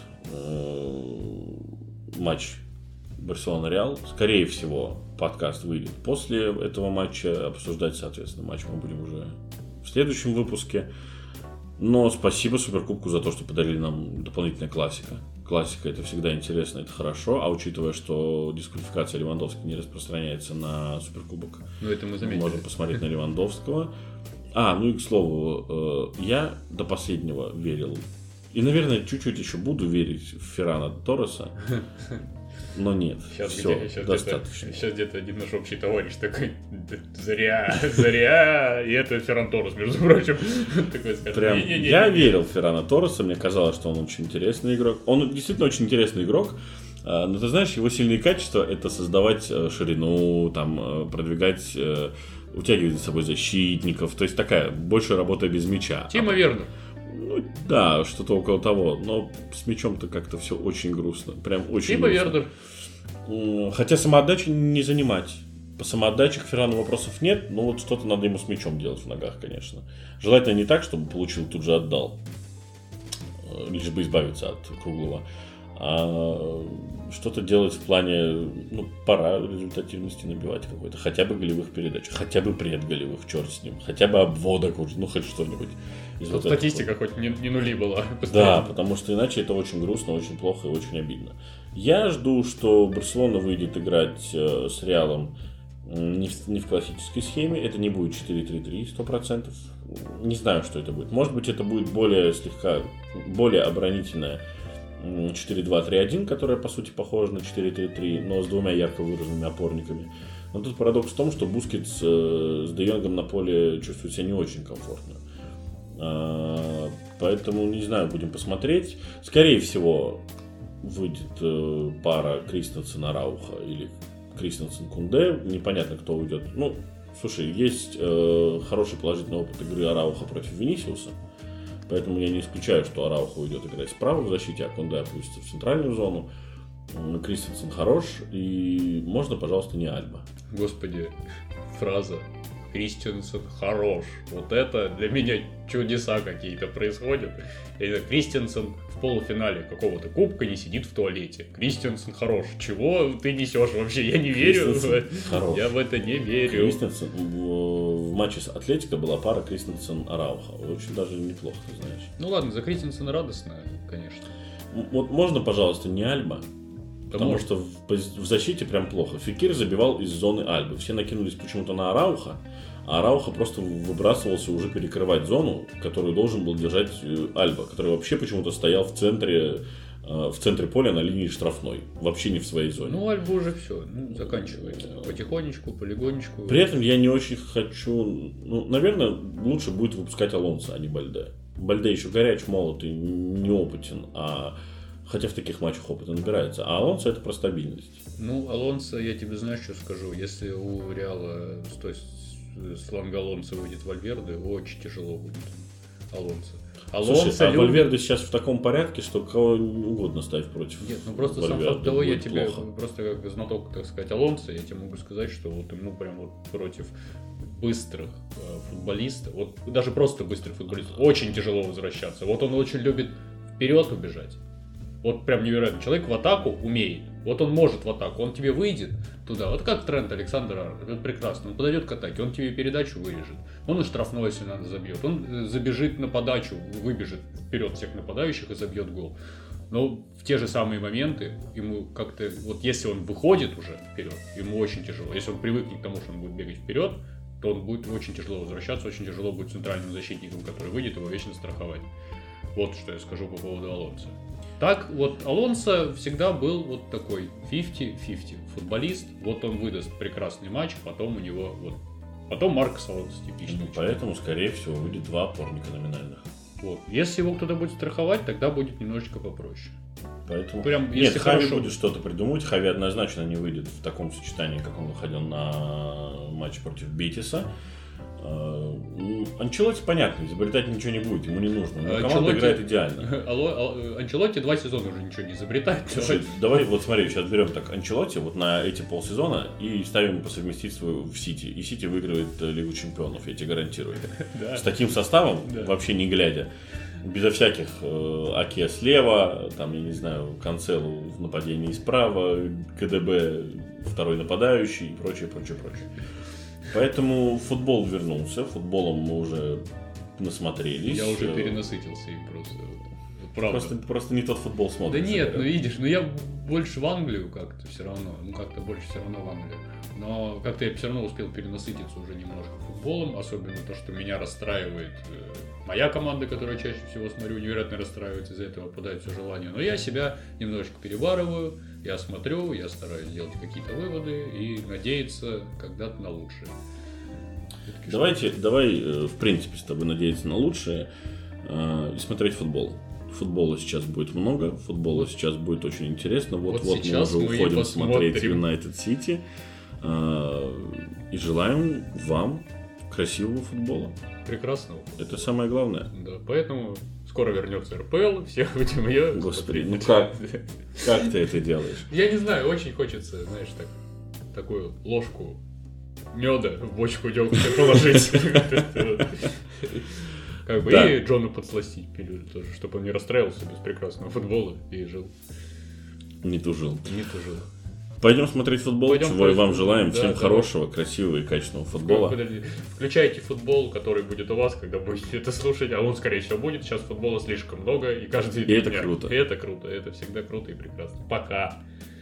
э, матч Барселона-Реал. Скорее всего, подкаст выйдет после этого матча. Обсуждать, соответственно, матч мы будем уже в следующем выпуске. Но спасибо Суперкубку за то, что подарили нам дополнительная классика. Классика — это всегда интересно, это хорошо. А учитывая, что дисквалификация Левандовского не распространяется на Суперкубок, ну, это мы заметили. Можем посмотреть на Левандовского. А, ну и к слову, я до последнего верил. И, наверное, чуть-чуть еще буду верить в Феррана Торреса. Но нет, сейчас все, где, сейчас достаточно. Где-то, сейчас где-то один наш общий товарищ такой: зря, зря, и это Ферран Торрес, между прочим. Такой скажет: Прям, не, не, не, я не, верил в Феррана Торреса, мне казалось, что он очень интересный игрок. Он действительно очень интересный игрок, но ты знаешь, его сильные качества — это создавать ширину, там, продвигать, утягивать за собой защитников, то есть такая большая работа без мяча. Тима Вернер. Ну, да, что-то около того. Но с мячом-то как-то все очень грустно. Прям очень Тима грустно. Вернер. Хотя самоотдачу не занимать. По самоотдаче к Феррану вопросов нет, но вот что-то надо ему с мячом делать в ногах, конечно. Желательно не так, чтобы получил, тут же отдал. Лишь бы избавиться от круглого. А что-то делать в плане, ну, пора результативности набивать какой-то. Хотя бы голевых передач, хотя бы предголевых, черт с ним. Хотя бы обводок, ну, хоть что-нибудь. Вот статистика хоть не, не нули была. Да, потому что иначе это очень грустно, очень плохо и очень обидно. Я жду, что Барселона выйдет играть э, с Реалом не в, не в классической схеме. Это не будет четыре три три, сто процентов. Не знаю, что это будет. Может быть, это будет более слегка, более оборонительная четыре два три один, которая, по сути, похожа на четыре три три, но с двумя ярко выраженными опорниками. Но тут парадокс в том, что Бускетс э, с Де Йонгом на поле чувствует себя не очень комфортно. Поэтому, не знаю, будем посмотреть. Скорее всего, выйдет э, пара Кристенсен-Арауха или Кристенсен-Кунде. Непонятно, кто уйдет. Ну, слушай, есть э, хороший положительный опыт игры Арауха против Винисиуса. Поэтому я не исключаю, что Арауха уйдет играть справа в защите, а Кунде опустится в центральную зону. Кристенсен хорош, и можно, пожалуйста, не Альба. Господи, фраза Кристенсен хорош. Вот это для меня чудеса какие-то происходят. Это Кристенсен в полуфинале какого-то кубка не сидит в туалете. Кристенсен хорош. Чего ты несешь вообще? Я не верю. Хорош. Я в это не верю. Кристенсен в матче с Атлетико была пара Кристенсен-Арауха. Очень даже неплохо, ты знаешь. Ну ладно, за Кристенсена радостно, конечно. Вот можно, пожалуйста, не Альба? Да Потому может. что в, в защите прям плохо. Фекир забивал из зоны Альбы. Все накинулись почему-то на Арауха, а Арауха просто выбрасывался уже перекрывать зону, которую должен был держать Альба, который вообще почему-то стоял в центре, в центре поля на линии штрафной. Вообще не в своей зоне. Ну, Альба уже все, ну, заканчивается. Потихонечку, полигонечку. При этом я не очень хочу... Ну, наверное, лучше будет выпускать Алонсо, а не Бальде. Бальде еще горяч, молод и неопытен, а... Хотя в таких матчах опыта набирается. А Алонсо это про стабильность. Ну, Алонсо, я тебе знаешь, что скажу. Если у Реала, то есть с фланга Алонсо выйдет Вальверде, очень тяжело будет Алонсо. Алонсо Слушай, а любит... Вальверде сейчас в таком порядке, что кого угодно ставь против. Нет, ну просто Вальверде, сам факт того, я тебе плохо. просто как знаток, так сказать, Алонсо, я тебе могу сказать, что вот ему прям вот против быстрых э, футболистов, вот даже просто быстрых футболистов, очень тяжело возвращаться. Вот он очень любит вперед убежать. Вот прям невероятно. Человек в атаку умеет. Вот он может в атаку. Он тебе выйдет туда. Вот как Трент Александр-Арнольд. Это прекрасно. Он подойдет к атаке. Он тебе передачу вырежет. Он и штрафной, если надо, забьет. Он забежит на подачу, выбежит вперед всех нападающих и забьет гол. Но в те же самые моменты ему как-то... Вот если он выходит уже вперед, ему очень тяжело. Если он привыкнет к тому, что он будет бегать вперед, то он будет очень тяжело возвращаться. Очень тяжело будет центральным защитником, который выйдет, его вечно страховать. Вот что я скажу по поводу Алонсо. Так, вот Алонсо всегда был вот такой пятьдесят на пятьдесят футболист. Вот он выдаст прекрасный матч, потом у него вот... Потом Маркос Алонсо типичный. Ну, поэтому, скорее всего, выйдет два опорника номинальных. Вот. Если его кто-то будет страховать, тогда будет немножечко попроще. Поэтому... Прям, Нет, Хави хорошо... будет что-то придумывать. Хави однозначно не выйдет в таком сочетании, как он выходил на матч против Бетиса. Анчелотти, понятно, изобретать ничего не будет, ему не нужно. Но команда Анчелотти... играет идеально. Алло, алло, Анчелотти два сезона уже ничего не изобретает. Слушай, давай вот смотри, сейчас берем так Анчелотти вот на эти полсезона и ставим по совместительству в Сити. И Сити выигрывает Лигу Чемпионов, я тебе гарантирую. Да. С таким составом, Да. вообще не глядя. Безо всяких э, Аке слева, там, я не знаю, Канцелу в нападении справа, КДБ второй нападающий и прочее, прочее, прочее. Поэтому футбол вернулся, футболом мы уже насмотрелись. Я уже перенасытился им просто. Правда. Просто, просто не тот футбол смотришь. Да нет, ну видишь, ну я больше в Англию как-то все равно, ну как-то больше все равно в Англию. Но как-то я все равно успел перенасытиться уже немножко футболом, особенно то, что меня расстраивает э, моя команда, которую чаще всего смотрю, невероятно расстраивает, из-за этого попадает все желание. Но я себя немножечко перебарываю, я смотрю, я стараюсь делать какие-то выводы и надеяться когда-то на лучшее. Давайте, давай, в принципе, с тобой надеяться на лучшее э, и смотреть футбол. Футбола сейчас будет много, футбола вот. Сейчас будет очень интересно. Вот, вот, вот мы уже мы уходим смотреть Юнайтед Сити. Э, и желаем вам красивого футбола. Прекрасного. Это самое главное. Да, поэтому скоро вернется эр пэ эл, всех будем ее Господи, ну как, как ты это делаешь? Я не знаю, очень хочется, знаешь, так, такую ложку меда в бочку дегтя положить. Как бы, да. И Джону подсластить пилюлю тоже, чтобы он не расстраивался без прекрасного футбола и жил. Не тужил. Не тужил. Пойдем смотреть футбол, Пойдем чего и вам футбол. желаем. Да, Всем да. хорошего, красивого и качественного футбола. Подожди. Включайте футбол, который будет у вас, когда будете это слушать, а он, скорее всего, будет. Сейчас футбола слишком много, и каждый И это дня. круто. И это круто, это всегда круто и прекрасно. Пока.